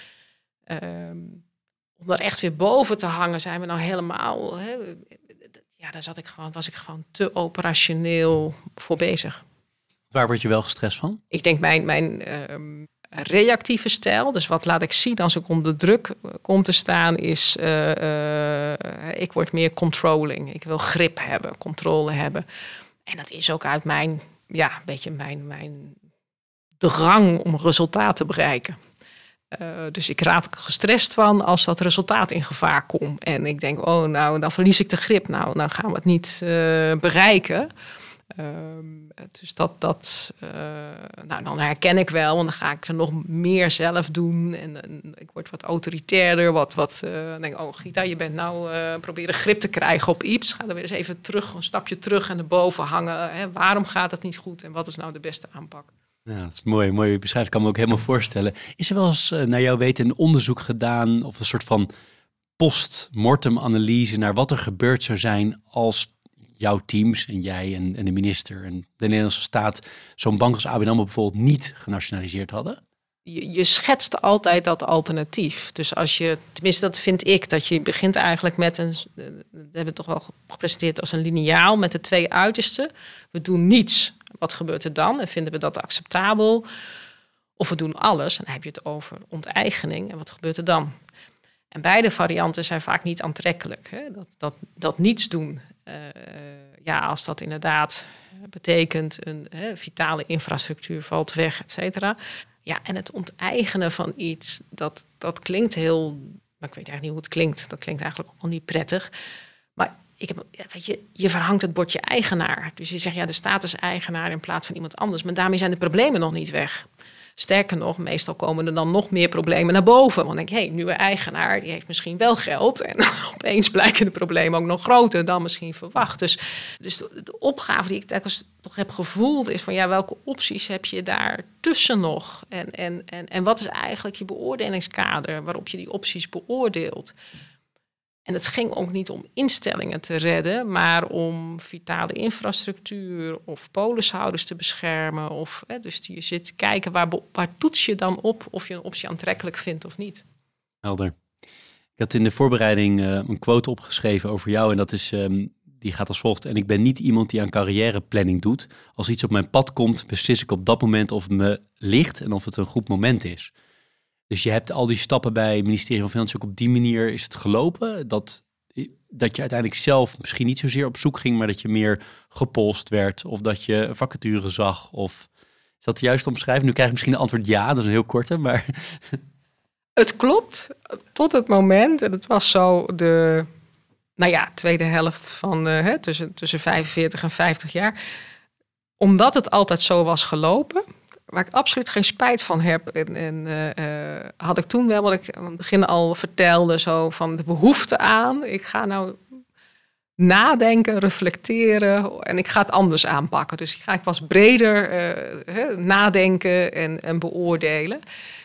Om er echt weer boven te hangen, zijn we nou helemaal... daar was ik gewoon te operationeel voor bezig. Waar word je wel gestrest van? Ik denk mijn reactieve stijl, dus wat laat ik zien als ik onder druk kom te staan, is... ik word meer controlling. Ik wil grip hebben, controle hebben. En dat is ook uit mijn drang om resultaat te bereiken. Dus ik raad gestrest van als dat resultaat in gevaar komt. En ik denk, dan verlies ik de grip. Nou gaan we het niet bereiken. Dus dan herken ik wel. En dan ga ik er nog meer zelf doen. En ik word wat autoritairder. Denk Gita, je bent proberen grip te krijgen op iets. Ga er weer eens even terug, een stapje terug en erboven hangen. Hè? Waarom gaat het niet goed? En wat is nou de beste aanpak? Ja, dat is mooi beschrijft. Ik kan me ook helemaal voorstellen. Is er wel eens naar jouw weten een onderzoek gedaan of een soort van post-mortem analyse naar wat er gebeurd zou zijn als jouw teams en jij en de minister en de Nederlandse staat zo'n bank als ABN AMRO bijvoorbeeld niet genationaliseerd hadden? Je schetst altijd dat alternatief. Dus tenminste dat vind ik, dat je begint eigenlijk met we hebben het toch wel gepresenteerd als een liniaal met de twee uitersten. We doen niets. Wat gebeurt er dan? En vinden we dat acceptabel? Of we doen alles en dan heb je het over onteigening. En wat gebeurt er dan? En beide varianten zijn vaak niet aantrekkelijk. Hè? Dat niets doen. Als dat inderdaad betekent een vitale infrastructuur valt weg, et cetera. Ja, en het onteigenen van iets, dat klinkt heel... Maar ik weet eigenlijk niet hoe het klinkt. Dat klinkt eigenlijk ook al niet prettig. Maar je verhangt het bordje eigenaar. Dus je zegt, de staat is eigenaar in plaats van iemand anders. Maar daarmee zijn de problemen nog niet weg. Sterker nog, meestal komen er dan nog meer problemen naar boven. Want denk ik, nieuwe eigenaar, die heeft misschien wel geld. En opeens blijken de problemen ook nog groter dan misschien verwacht. Dus de opgave die ik telkens toch heb gevoeld is van welke opties heb je daar tussen nog? En wat is eigenlijk je beoordelingskader waarop je die opties beoordeelt? En het ging ook niet om instellingen te redden, maar om vitale infrastructuur of polishouders te beschermen. Dus je zit te kijken waar toets je dan op of je een optie aantrekkelijk vindt of niet. Helder. Ik had in de voorbereiding een quote opgeschreven over jou en dat is, die gaat als volgt. En ik ben niet iemand die aan carrièreplanning doet. Als iets op mijn pad komt, beslis ik op dat moment of het me ligt en of het een goed moment is. Dus je hebt al die stappen bij het ministerie van Financiën ook op die manier is het gelopen. Dat je uiteindelijk zelf misschien niet zozeer op zoek ging, maar dat je meer gepolst werd. Of dat je een vacature zag. Of is dat juist omschrijven? Nu krijg ik misschien een antwoord ja, dat is een heel korte, maar... Het klopt, tot het moment, en het was zo de tweede helft van tussen 45 en 50 jaar. Omdat het altijd zo was gelopen, waar ik absoluut geen spijt van heb. En had ik toen wel, wat ik aan het begin al vertelde, zo van de behoefte aan. Ik ga nou nadenken, reflecteren en ik ga het anders aanpakken. Dus ik was breder nadenken en beoordelen.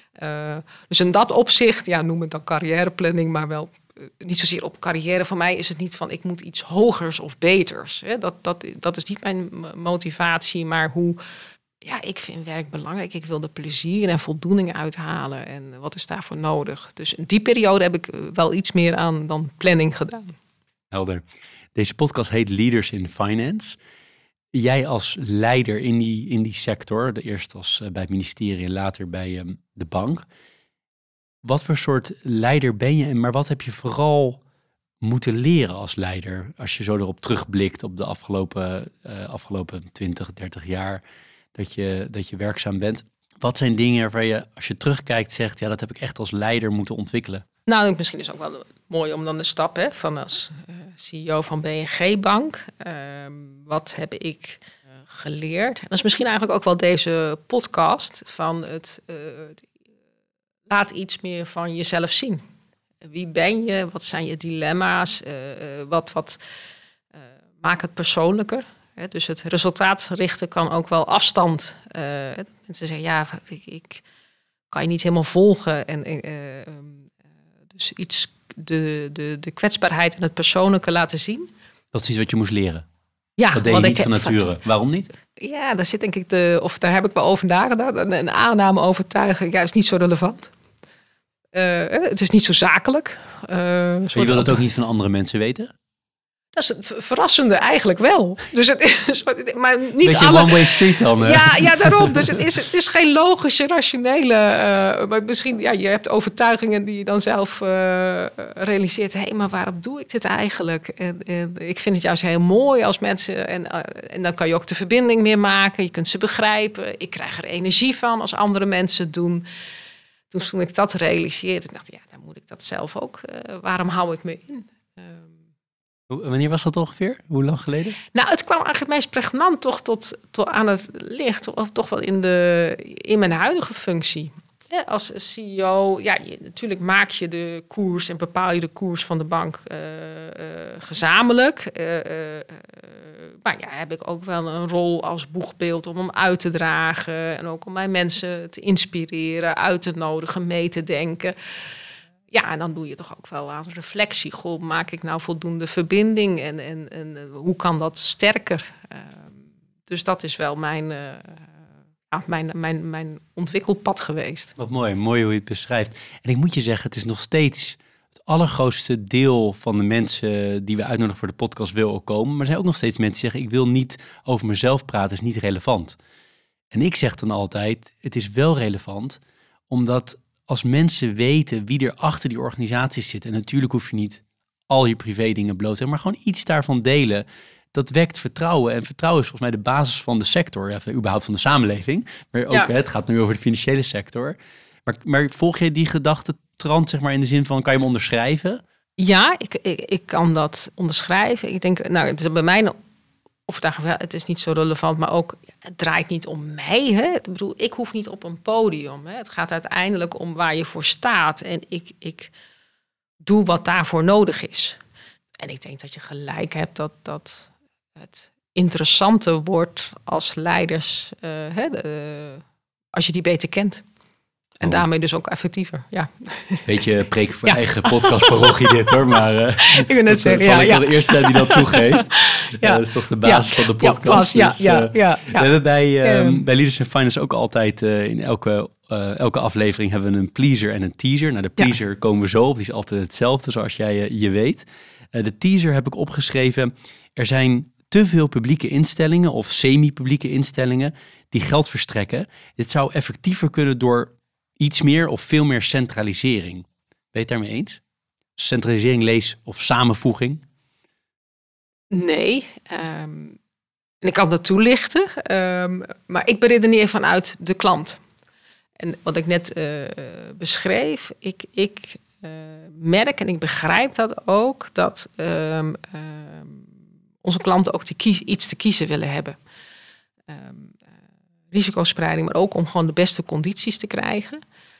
Dus in dat opzicht, noem het dan carrièreplanning, maar wel niet zozeer op carrière. Voor mij is het niet van ik moet iets hogers of beters. Dat is niet mijn motivatie, maar hoe ik vind werk belangrijk. Ik wil er plezier en voldoening uithalen. En wat is daarvoor nodig? Dus in die periode heb ik wel iets meer aan dan planning gedaan. Helder. Deze podcast heet Leaders in Finance. Jij als leider in die sector, eerst bij het ministerie en later bij de bank. Wat voor soort leider ben je? Maar wat heb je vooral moeten leren als leider? Als je zo erop terugblikt op de afgelopen 20, 30 jaar dat je werkzaam bent. Wat zijn dingen waar je, als je terugkijkt, zegt, ja, dat heb ik echt als leider moeten ontwikkelen? Nou, misschien is het ook wel mooi om dan de stap van als CEO van BNG Bank. Wat heb ik geleerd? En dat is misschien eigenlijk ook wel deze podcast van het laat iets meer van jezelf zien. Wie ben je? Wat zijn je dilemma's? Wat maakt het persoonlijker? Dus het resultaat richten kan ook wel afstand. Mensen zeggen, ja, ik kan je niet helemaal volgen. Dus de kwetsbaarheid en het persoonlijke laten zien. Dat is iets wat je moest leren. Ja, dat deed je niet van nature. Waarom niet? Ja, daar zit denk ik daar heb ik wel over nagedacht. Een aanname overtuigen, ja, is niet zo relevant. Het is niet zo zakelijk. Je wil het ook niet van andere mensen weten? Dat is het verrassende eigenlijk wel. Dus het is, maar niet beetje alle... one-way street dan. Ja, daarom. Dus het is geen logische, rationele... maar misschien, ja, je hebt overtuigingen die je dan zelf realiseert. Hé, maar waarom doe ik dit eigenlijk? En ik vind het juist heel mooi als mensen... En dan kan je ook de verbinding meer maken. Je kunt ze begrijpen. Ik krijg er energie van als andere mensen het doen. Toen ik dat realiseerde, dacht ik, ja, dan moet ik dat zelf ook. Waarom hou ik me in? Wanneer was dat ongeveer? Hoe lang geleden? Nou, het kwam eigenlijk meest pregnant toch tot aan het licht. Of toch wel in mijn huidige functie. Als CEO, ja, natuurlijk maak je de koers en bepaal je de koers van de bank gezamenlijk. Maar ja, heb ik ook wel een rol als boegbeeld om hem uit te dragen. En ook om mijn mensen te inspireren, uit te nodigen, mee te denken. Ja, en dan doe je toch ook wel aan reflectie. Goh, maak ik nou voldoende verbinding? En hoe kan dat sterker? Dus dat is wel mijn ontwikkelpad geweest. Wat mooi hoe je het beschrijft. En ik moet je zeggen, het is nog steeds het allergrootste deel van de mensen die we uitnodigen voor de podcast wil ook komen. Maar er zijn ook nog steeds mensen die zeggen, ik wil niet over mezelf praten, is niet relevant. En ik zeg dan altijd, het is wel relevant, omdat als mensen weten wie er achter die organisaties zit, en natuurlijk hoef je niet al je privé dingen bloot te hebben, maar gewoon iets daarvan delen, dat wekt vertrouwen. En vertrouwen is volgens mij de basis van de sector, ja, überhaupt van de samenleving. Maar ook, het gaat nu over de financiële sector. Maar volg je die gedachtetrand, zeg maar, in de zin van, kan je hem onderschrijven? Ja, ik kan dat onderschrijven. Ik denk, nou, het is bij mij overtuiging, het is niet zo relevant, maar ook, het draait niet om mij. Hè? Ik bedoel, ik hoef niet op een podium. Hè? Het gaat uiteindelijk om waar je voor staat. En ik doe wat daarvoor nodig is. En ik denk dat je gelijk hebt dat het interessante wordt als leiders, als je die beter kent. En daarmee dus ook effectiever, ja. Beetje preken voor eigen podcastparochie dit hoor, maar ik wil net zeggen, zal ik als eerste zijn die dat toegeeft. Dat is toch de basis van de podcast. We hebben bij Leaders in Finance ook altijd in elke aflevering hebben we een pleaser en een teaser. Nou, de pleaser komen we zo op, die is altijd hetzelfde, zoals jij je weet. De teaser heb ik opgeschreven, er zijn te veel publieke instellingen of semi-publieke instellingen die geld verstrekken. Dit zou effectiever kunnen door iets meer of veel meer centralisering. Ben je het daarmee eens? Centralisering lees of samenvoeging? Nee. En ik kan dat toelichten. Maar ik beredeneer vanuit de klant. En wat ik net beschreef, ik merk en ik begrijp dat ook, dat onze klanten ook iets te kiezen willen hebben. Risicospreiding, maar ook om gewoon de beste condities te krijgen.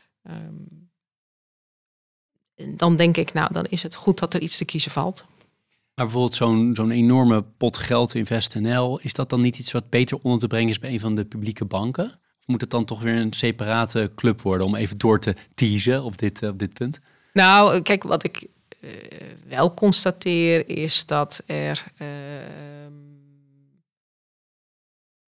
Dan denk ik, nou, dan is het goed dat er iets te kiezen valt. Maar bijvoorbeeld zo'n enorme pot geld in InvestNL, is dat dan niet iets wat beter onder te brengen is bij een van de publieke banken? Of moet het dan toch weer een separate club worden om even door te teasen op dit punt? Nou, kijk, wat ik wel constateer is dat er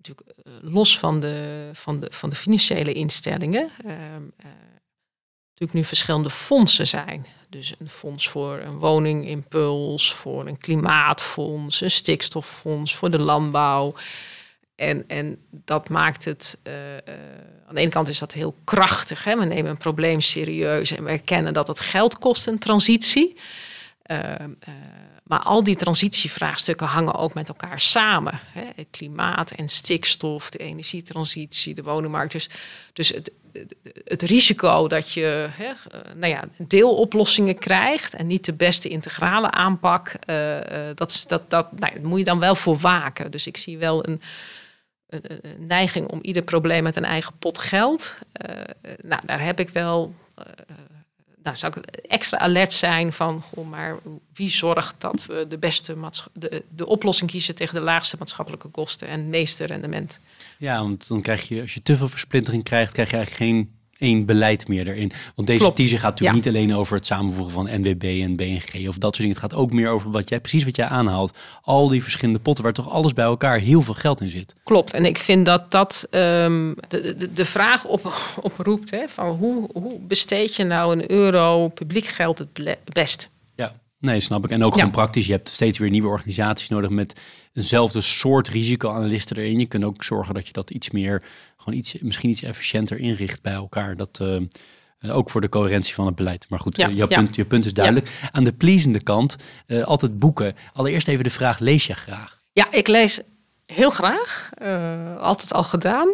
natuurlijk los van de financiële instellingen natuurlijk nu verschillende fondsen zijn. Dus een fonds voor een woningimpuls, voor een klimaatfonds, een stikstoffonds voor de landbouw. En dat maakt het... aan de ene kant is dat heel krachtig. Hè? We nemen een probleem serieus en we erkennen dat het geld kost, een transitie. Maar al die transitievraagstukken hangen ook met elkaar samen. Hè? Het klimaat en stikstof, de energietransitie, de woningmarkt. Dus het risico dat je deeloplossingen krijgt en niet de beste integrale aanpak, daar moet je dan wel voor waken. Dus ik zie wel een neiging om ieder probleem met een eigen pot geld. Daar heb ik wel... zou ik extra alert zijn van... maar wie zorgt dat we de beste de oplossing kiezen tegen de laagste maatschappelijke kosten en het meeste rendement. Ja, want dan krijg je, als je te veel versplintering krijgt, krijg je eigenlijk geen één beleid meer erin. Want deze teaser gaat natuurlijk niet alleen over het samenvoegen van NWB en BNG of dat soort dingen. Het gaat ook meer over precies wat jij aanhaalt. Al die verschillende potten waar toch alles bij elkaar heel veel geld in zit. Klopt. En ik vind dat de vraag oproept, hè, van hoe besteed je nou een euro publiek geld het best? Ja, nee, snap ik. En ook gewoon praktisch. Je hebt steeds weer nieuwe organisaties nodig met eenzelfde soort risicoanalisten erin. Je kunt ook zorgen dat je dat iets meer, misschien iets efficiënter inricht bij elkaar. Dat ook voor de coherentie van het beleid. Maar goed, je punt is duidelijk. Ja. Aan de pleasende kant, altijd boeken. Allereerst even de vraag, lees je graag? Ja, ik lees heel graag. Altijd al gedaan.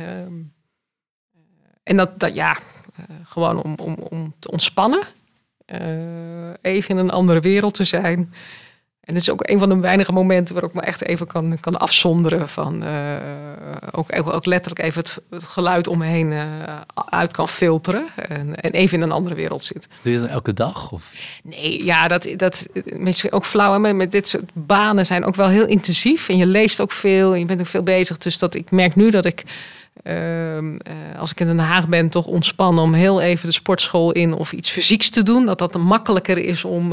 En dat gewoon om te ontspannen. Even in een andere wereld te zijn. En het is ook een van de weinige momenten waar ik me echt even kan afzonderen van ook letterlijk even het geluid om me heen uit kan filteren en even in een andere wereld zit. Doe je dat elke dag? Of? Nee, ja, dat misschien ook flauw. Met dit soort banen zijn ook wel heel intensief en je leest ook veel en je bent ook veel bezig. Dus ik merk nu dat ik als ik in Den Haag ben, toch ontspannen om heel even de sportschool in of iets fysieks te doen. Dat makkelijker is om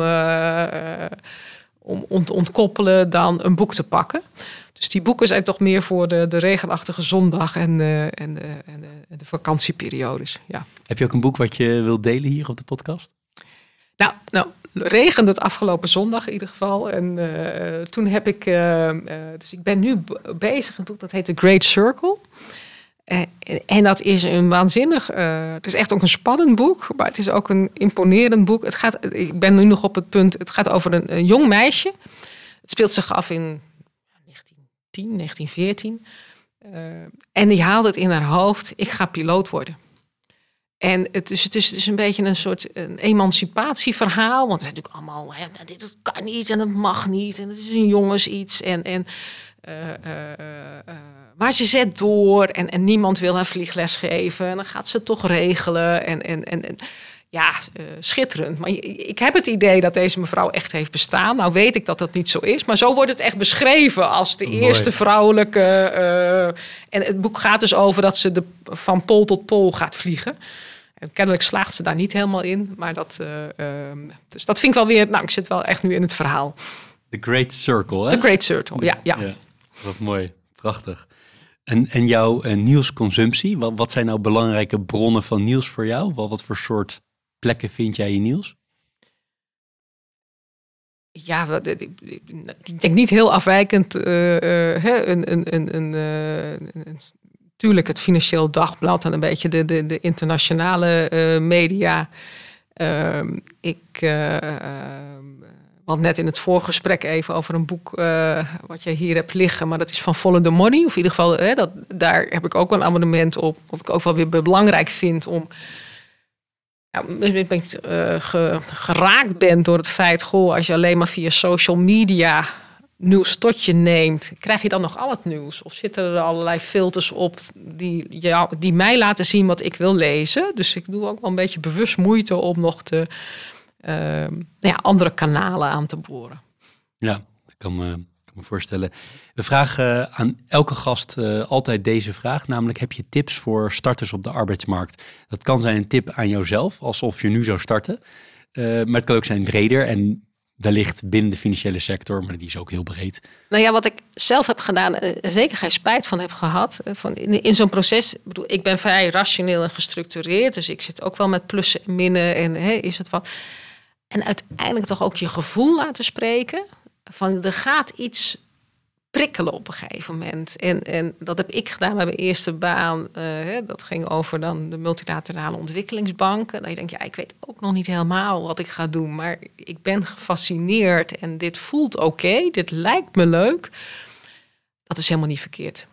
te ontkoppelen dan een boek te pakken. Dus die boeken zijn toch meer voor de regenachtige zondag en de vakantieperiodes. Ja. Heb je ook een boek wat je wilt delen hier op de podcast? Nou, regende het afgelopen zondag in ieder geval. En toen heb ik... dus ik ben nu bezig met een boek dat heet The Great Circle. En dat is een waanzinnig... het is echt ook een spannend boek, maar het is ook een imponerend boek. Ik ben nu nog op het punt... Het gaat over een jong meisje. Het speelt zich af in 1914. En die haalde het in haar hoofd. Ik ga piloot worden. En het is een beetje een soort emancipatieverhaal. Want het is natuurlijk allemaal... dit kan niet en dat mag niet. En het is een jongens iets. Maar ze zet door en niemand wil haar vliegles geven. En dan gaat ze het toch regelen. En schitterend. Maar ik heb het idee dat deze mevrouw echt heeft bestaan. Nou weet ik dat dat niet zo is. Maar zo wordt het echt beschreven als de eerste vrouwelijke... en het boek gaat dus over dat ze van pool tot pool gaat vliegen. En kennelijk slaagt ze daar niet helemaal in. Maar dus dat vind ik wel weer... Nou, ik zit wel echt nu in het verhaal. The Great Circle, hè? The Great Circle, ja. Wat mooi. Prachtig. En jouw nieuwsconsumptie? Wat zijn nou belangrijke bronnen van nieuws voor jou? Wat voor soort plekken vind jij in nieuws? Ja, ik denk niet heel afwijkend. Tuurlijk het Financieel Dagblad en een beetje de internationale media. We hadden net in het voorgesprek even over een boek wat je hier hebt liggen. Maar dat is van Follow the Money. Of in ieder geval, daar heb ik ook een abonnement op. Wat ik ook wel weer belangrijk vind om... geraakt bent door het feit... als je alleen maar via social media nieuws tot je neemt... krijg je dan nog al het nieuws? Of zitten er allerlei filters op die mij laten zien wat ik wil lezen? Dus ik doe ook wel een beetje bewust moeite om nog andere kanalen aan te boren. Ja, ik kan me voorstellen. We vragen aan elke gast altijd deze vraag. Namelijk, heb je tips voor starters op de arbeidsmarkt? Dat kan zijn een tip aan jouzelf, alsof je nu zou starten. Maar het kan ook zijn breder. En wellicht binnen de financiële sector, maar die is ook heel breed. Nou ja, wat ik zelf heb gedaan, zeker geen spijt van heb gehad. In zo'n proces, ik ben vrij rationeel en gestructureerd. Dus ik zit ook wel met plussen en minnen en is het wat. En uiteindelijk toch ook je gevoel laten spreken. Van er gaat iets prikkelen op een gegeven moment. En dat heb ik gedaan bij mijn eerste baan. Dat ging over dan de multilaterale ontwikkelingsbanken. Dat je denkt, ik weet ook nog niet helemaal wat ik ga doen. Maar ik ben gefascineerd en dit voelt oké. Dit lijkt me leuk. Dat is helemaal niet verkeerd.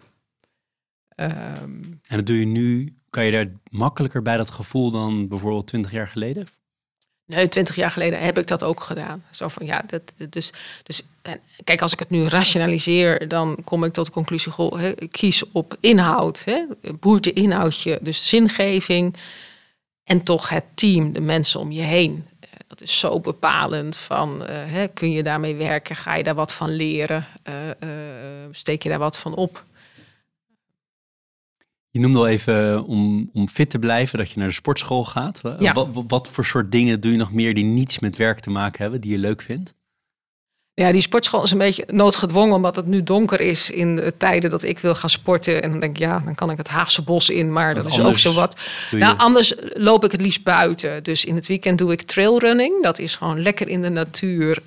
En dat doe je nu, kan je daar makkelijker bij dat gevoel dan bijvoorbeeld 20 jaar geleden? Nee, 20 jaar geleden heb ik dat ook gedaan. Zo van dus kijk, als ik het nu rationaliseer, dan kom ik tot de conclusie: kies op inhoud, boert de inhoudje, dus zingeving en toch het team, de mensen om je heen. Dat is zo bepalend. Van kun je daarmee werken? Ga je daar wat van leren? Steek je daar wat van op? Je noemde al even om fit te blijven, dat je naar de sportschool gaat. Ja. Wat voor soort dingen doe je nog meer die niets met werk te maken hebben, die je leuk vindt? Ja, die sportschool is een beetje noodgedwongen, omdat het nu donker is in de tijden dat ik wil gaan sporten. En dan denk ik, dan kan ik het Haagse bos in, maar dat is ook zo wat. Anders loop ik het liefst buiten. Dus in het weekend doe ik trailrunning. Dat is gewoon lekker in de natuur.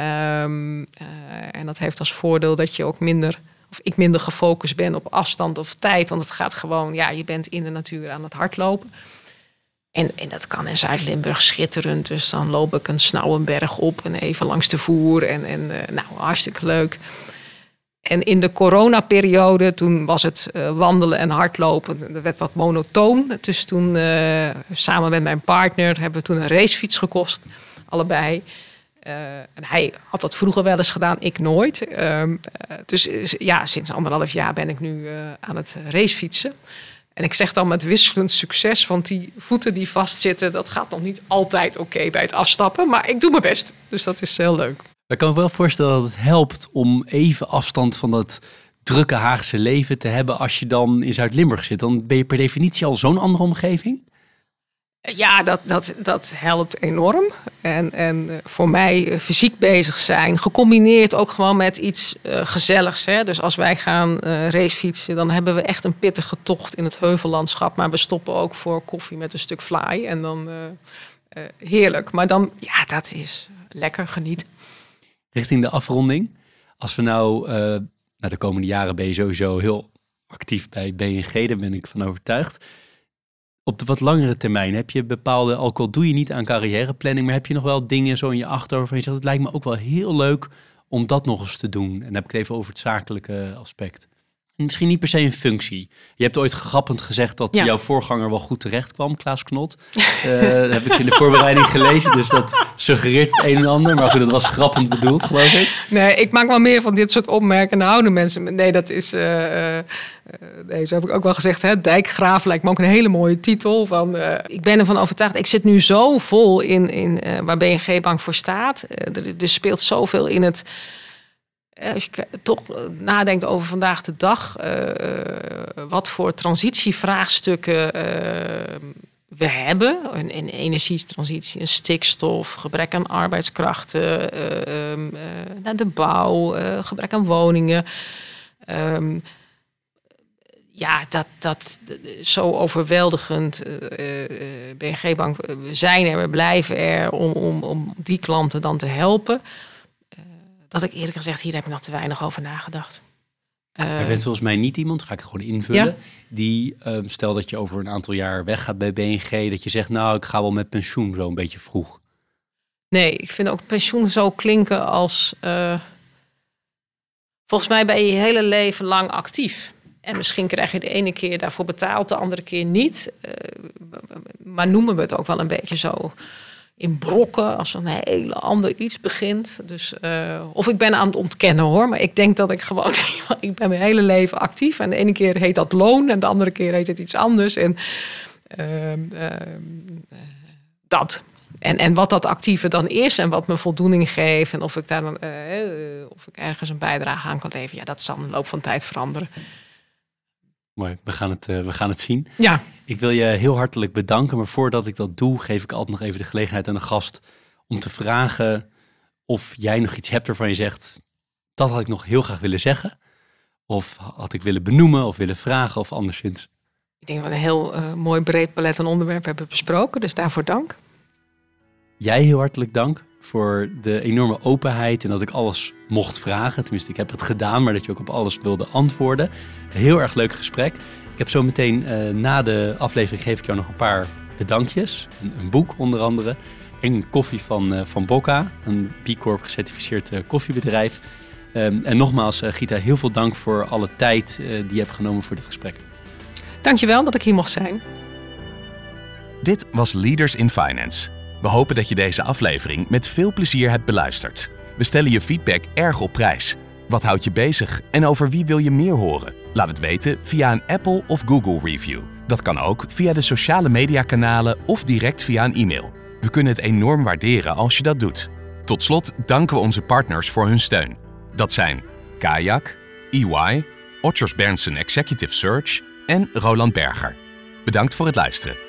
En dat heeft als voordeel dat je ook ik minder gefocust ben op afstand of tijd. Want het gaat gewoon, je bent in de natuur aan het hardlopen. En dat kan in Zuid-Limburg schitterend. Dus dan loop ik een Snauwenberg op en even langs de Voer. En hartstikke leuk. En in de coronaperiode, toen was het wandelen en hardlopen. Dat werd wat monotoon. Dus toen, samen met mijn partner, hebben we toen een racefiets gekocht. Allebei. En hij had dat vroeger wel eens gedaan, ik nooit. Dus sinds 1,5 jaar ben ik nu aan het racefietsen. En ik zeg dan met wisselend succes, want die voeten die vastzitten, dat gaat nog niet altijd oké bij het afstappen. Maar ik doe mijn best, dus dat is heel leuk. Ik kan me wel voorstellen dat het helpt om even afstand van dat drukke Haagse leven te hebben als je dan in Zuid-Limburg zit. Dan ben je per definitie al zo'n andere omgeving. Ja, dat helpt enorm. En voor mij fysiek bezig zijn, gecombineerd ook gewoon met iets gezelligs. Hè? Dus als wij gaan racefietsen, dan hebben we echt een pittige tocht in het heuvellandschap. Maar we stoppen ook voor koffie met een stuk fly. En dan heerlijk. Maar dan, dat is lekker genieten. Richting de afronding. Als we nou, de komende jaren ben je sowieso heel actief bij BNG. Daar ben ik van overtuigd. Op de wat langere termijn heb je bepaalde, ook al doe je niet aan carrièreplanning, maar heb je nog wel dingen zo in je achterhoofd waarvan je zegt, het lijkt me ook wel heel leuk om dat nog eens te doen. En dan heb ik het even over het zakelijke aspect. Misschien niet per se een functie. Je hebt ooit grappend gezegd dat jouw voorganger wel goed terecht kwam, Klaas Knot. Dat heb ik in de voorbereiding gelezen, dus dat suggereert het een en ander. Maar goed, dat was grappend bedoeld, geloof ik. Nee, ik maak wel meer van dit soort opmerkingen. Houden mensen. Nee, dat is... nee, zo heb ik ook wel gezegd. Hè? Dijkgraaf lijkt me ook een hele mooie titel. Ik ben ervan overtuigd. Ik zit nu zo vol in waar BNG Bank voor staat. Er speelt zoveel in het... Als je toch nadenkt over vandaag de dag, wat voor transitievraagstukken we hebben. Een energietransitie, een stikstof, gebrek aan arbeidskrachten, de bouw, gebrek aan woningen. Dat zo overweldigend. BNG Bank, we zijn er, we blijven er om die klanten dan te helpen. Dat ik eerlijk gezegd, hier heb ik nog te weinig over nagedacht. Je bent volgens mij niet iemand, ga ik gewoon invullen, die, stel dat je over een aantal jaar weggaat bij BNG, dat je zegt, ik ga wel met pensioen zo een beetje vroeg. Nee, ik vind ook pensioen zo klinken als... volgens mij ben je je hele leven lang actief. En misschien krijg je de ene keer daarvoor betaald, de andere keer niet. Maar noemen we het ook wel een beetje zo... in brokken, als een hele ander iets begint. Dus, of ik ben aan het ontkennen hoor. Maar ik denk dat ik gewoon... ik ben mijn hele leven actief. En de ene keer heet dat loon. En de andere keer heet het iets anders. En dat. En wat dat actieve dan is. En wat me voldoening geeft. En of ik daar of ik ergens een bijdrage aan kan leveren. Dat zal in de loop van tijd veranderen. Mooi, we gaan het zien. Ja. Ik wil je heel hartelijk bedanken. Maar voordat ik dat doe, geef ik altijd nog even de gelegenheid aan de gast om te vragen of jij nog iets hebt waarvan je zegt, dat had ik nog heel graag willen zeggen. Of had ik willen benoemen of willen vragen of anderszins. Ik denk dat we een heel mooi breed palet aan onderwerpen hebben besproken. Dus daarvoor dank. Jij heel hartelijk dank voor de enorme openheid en dat ik alles mocht vragen. Tenminste, ik heb het gedaan, maar dat je ook op alles wilde antwoorden. Heel erg leuk gesprek. Ik heb zo meteen na de aflevering geef ik jou nog een paar bedankjes. Een boek onder andere. En een koffie van Bocca, een B Corp gecertificeerd koffiebedrijf. En nogmaals, Gita, heel veel dank voor alle tijd die je hebt genomen voor dit gesprek. Dankjewel dat ik hier mocht zijn. Dit was Leaders in Finance. We hopen dat je deze aflevering met veel plezier hebt beluisterd. We stellen je feedback erg op prijs. Wat houdt je bezig en over wie wil je meer horen? Laat het weten via een Apple of Google review. Dat kan ook via de sociale mediakanalen of direct via een e-mail. We kunnen het enorm waarderen als je dat doet. Tot slot danken we onze partners voor hun steun. Dat zijn Kayak, EY, Otters Berndsen Executive Search en Roland Berger. Bedankt voor het luisteren.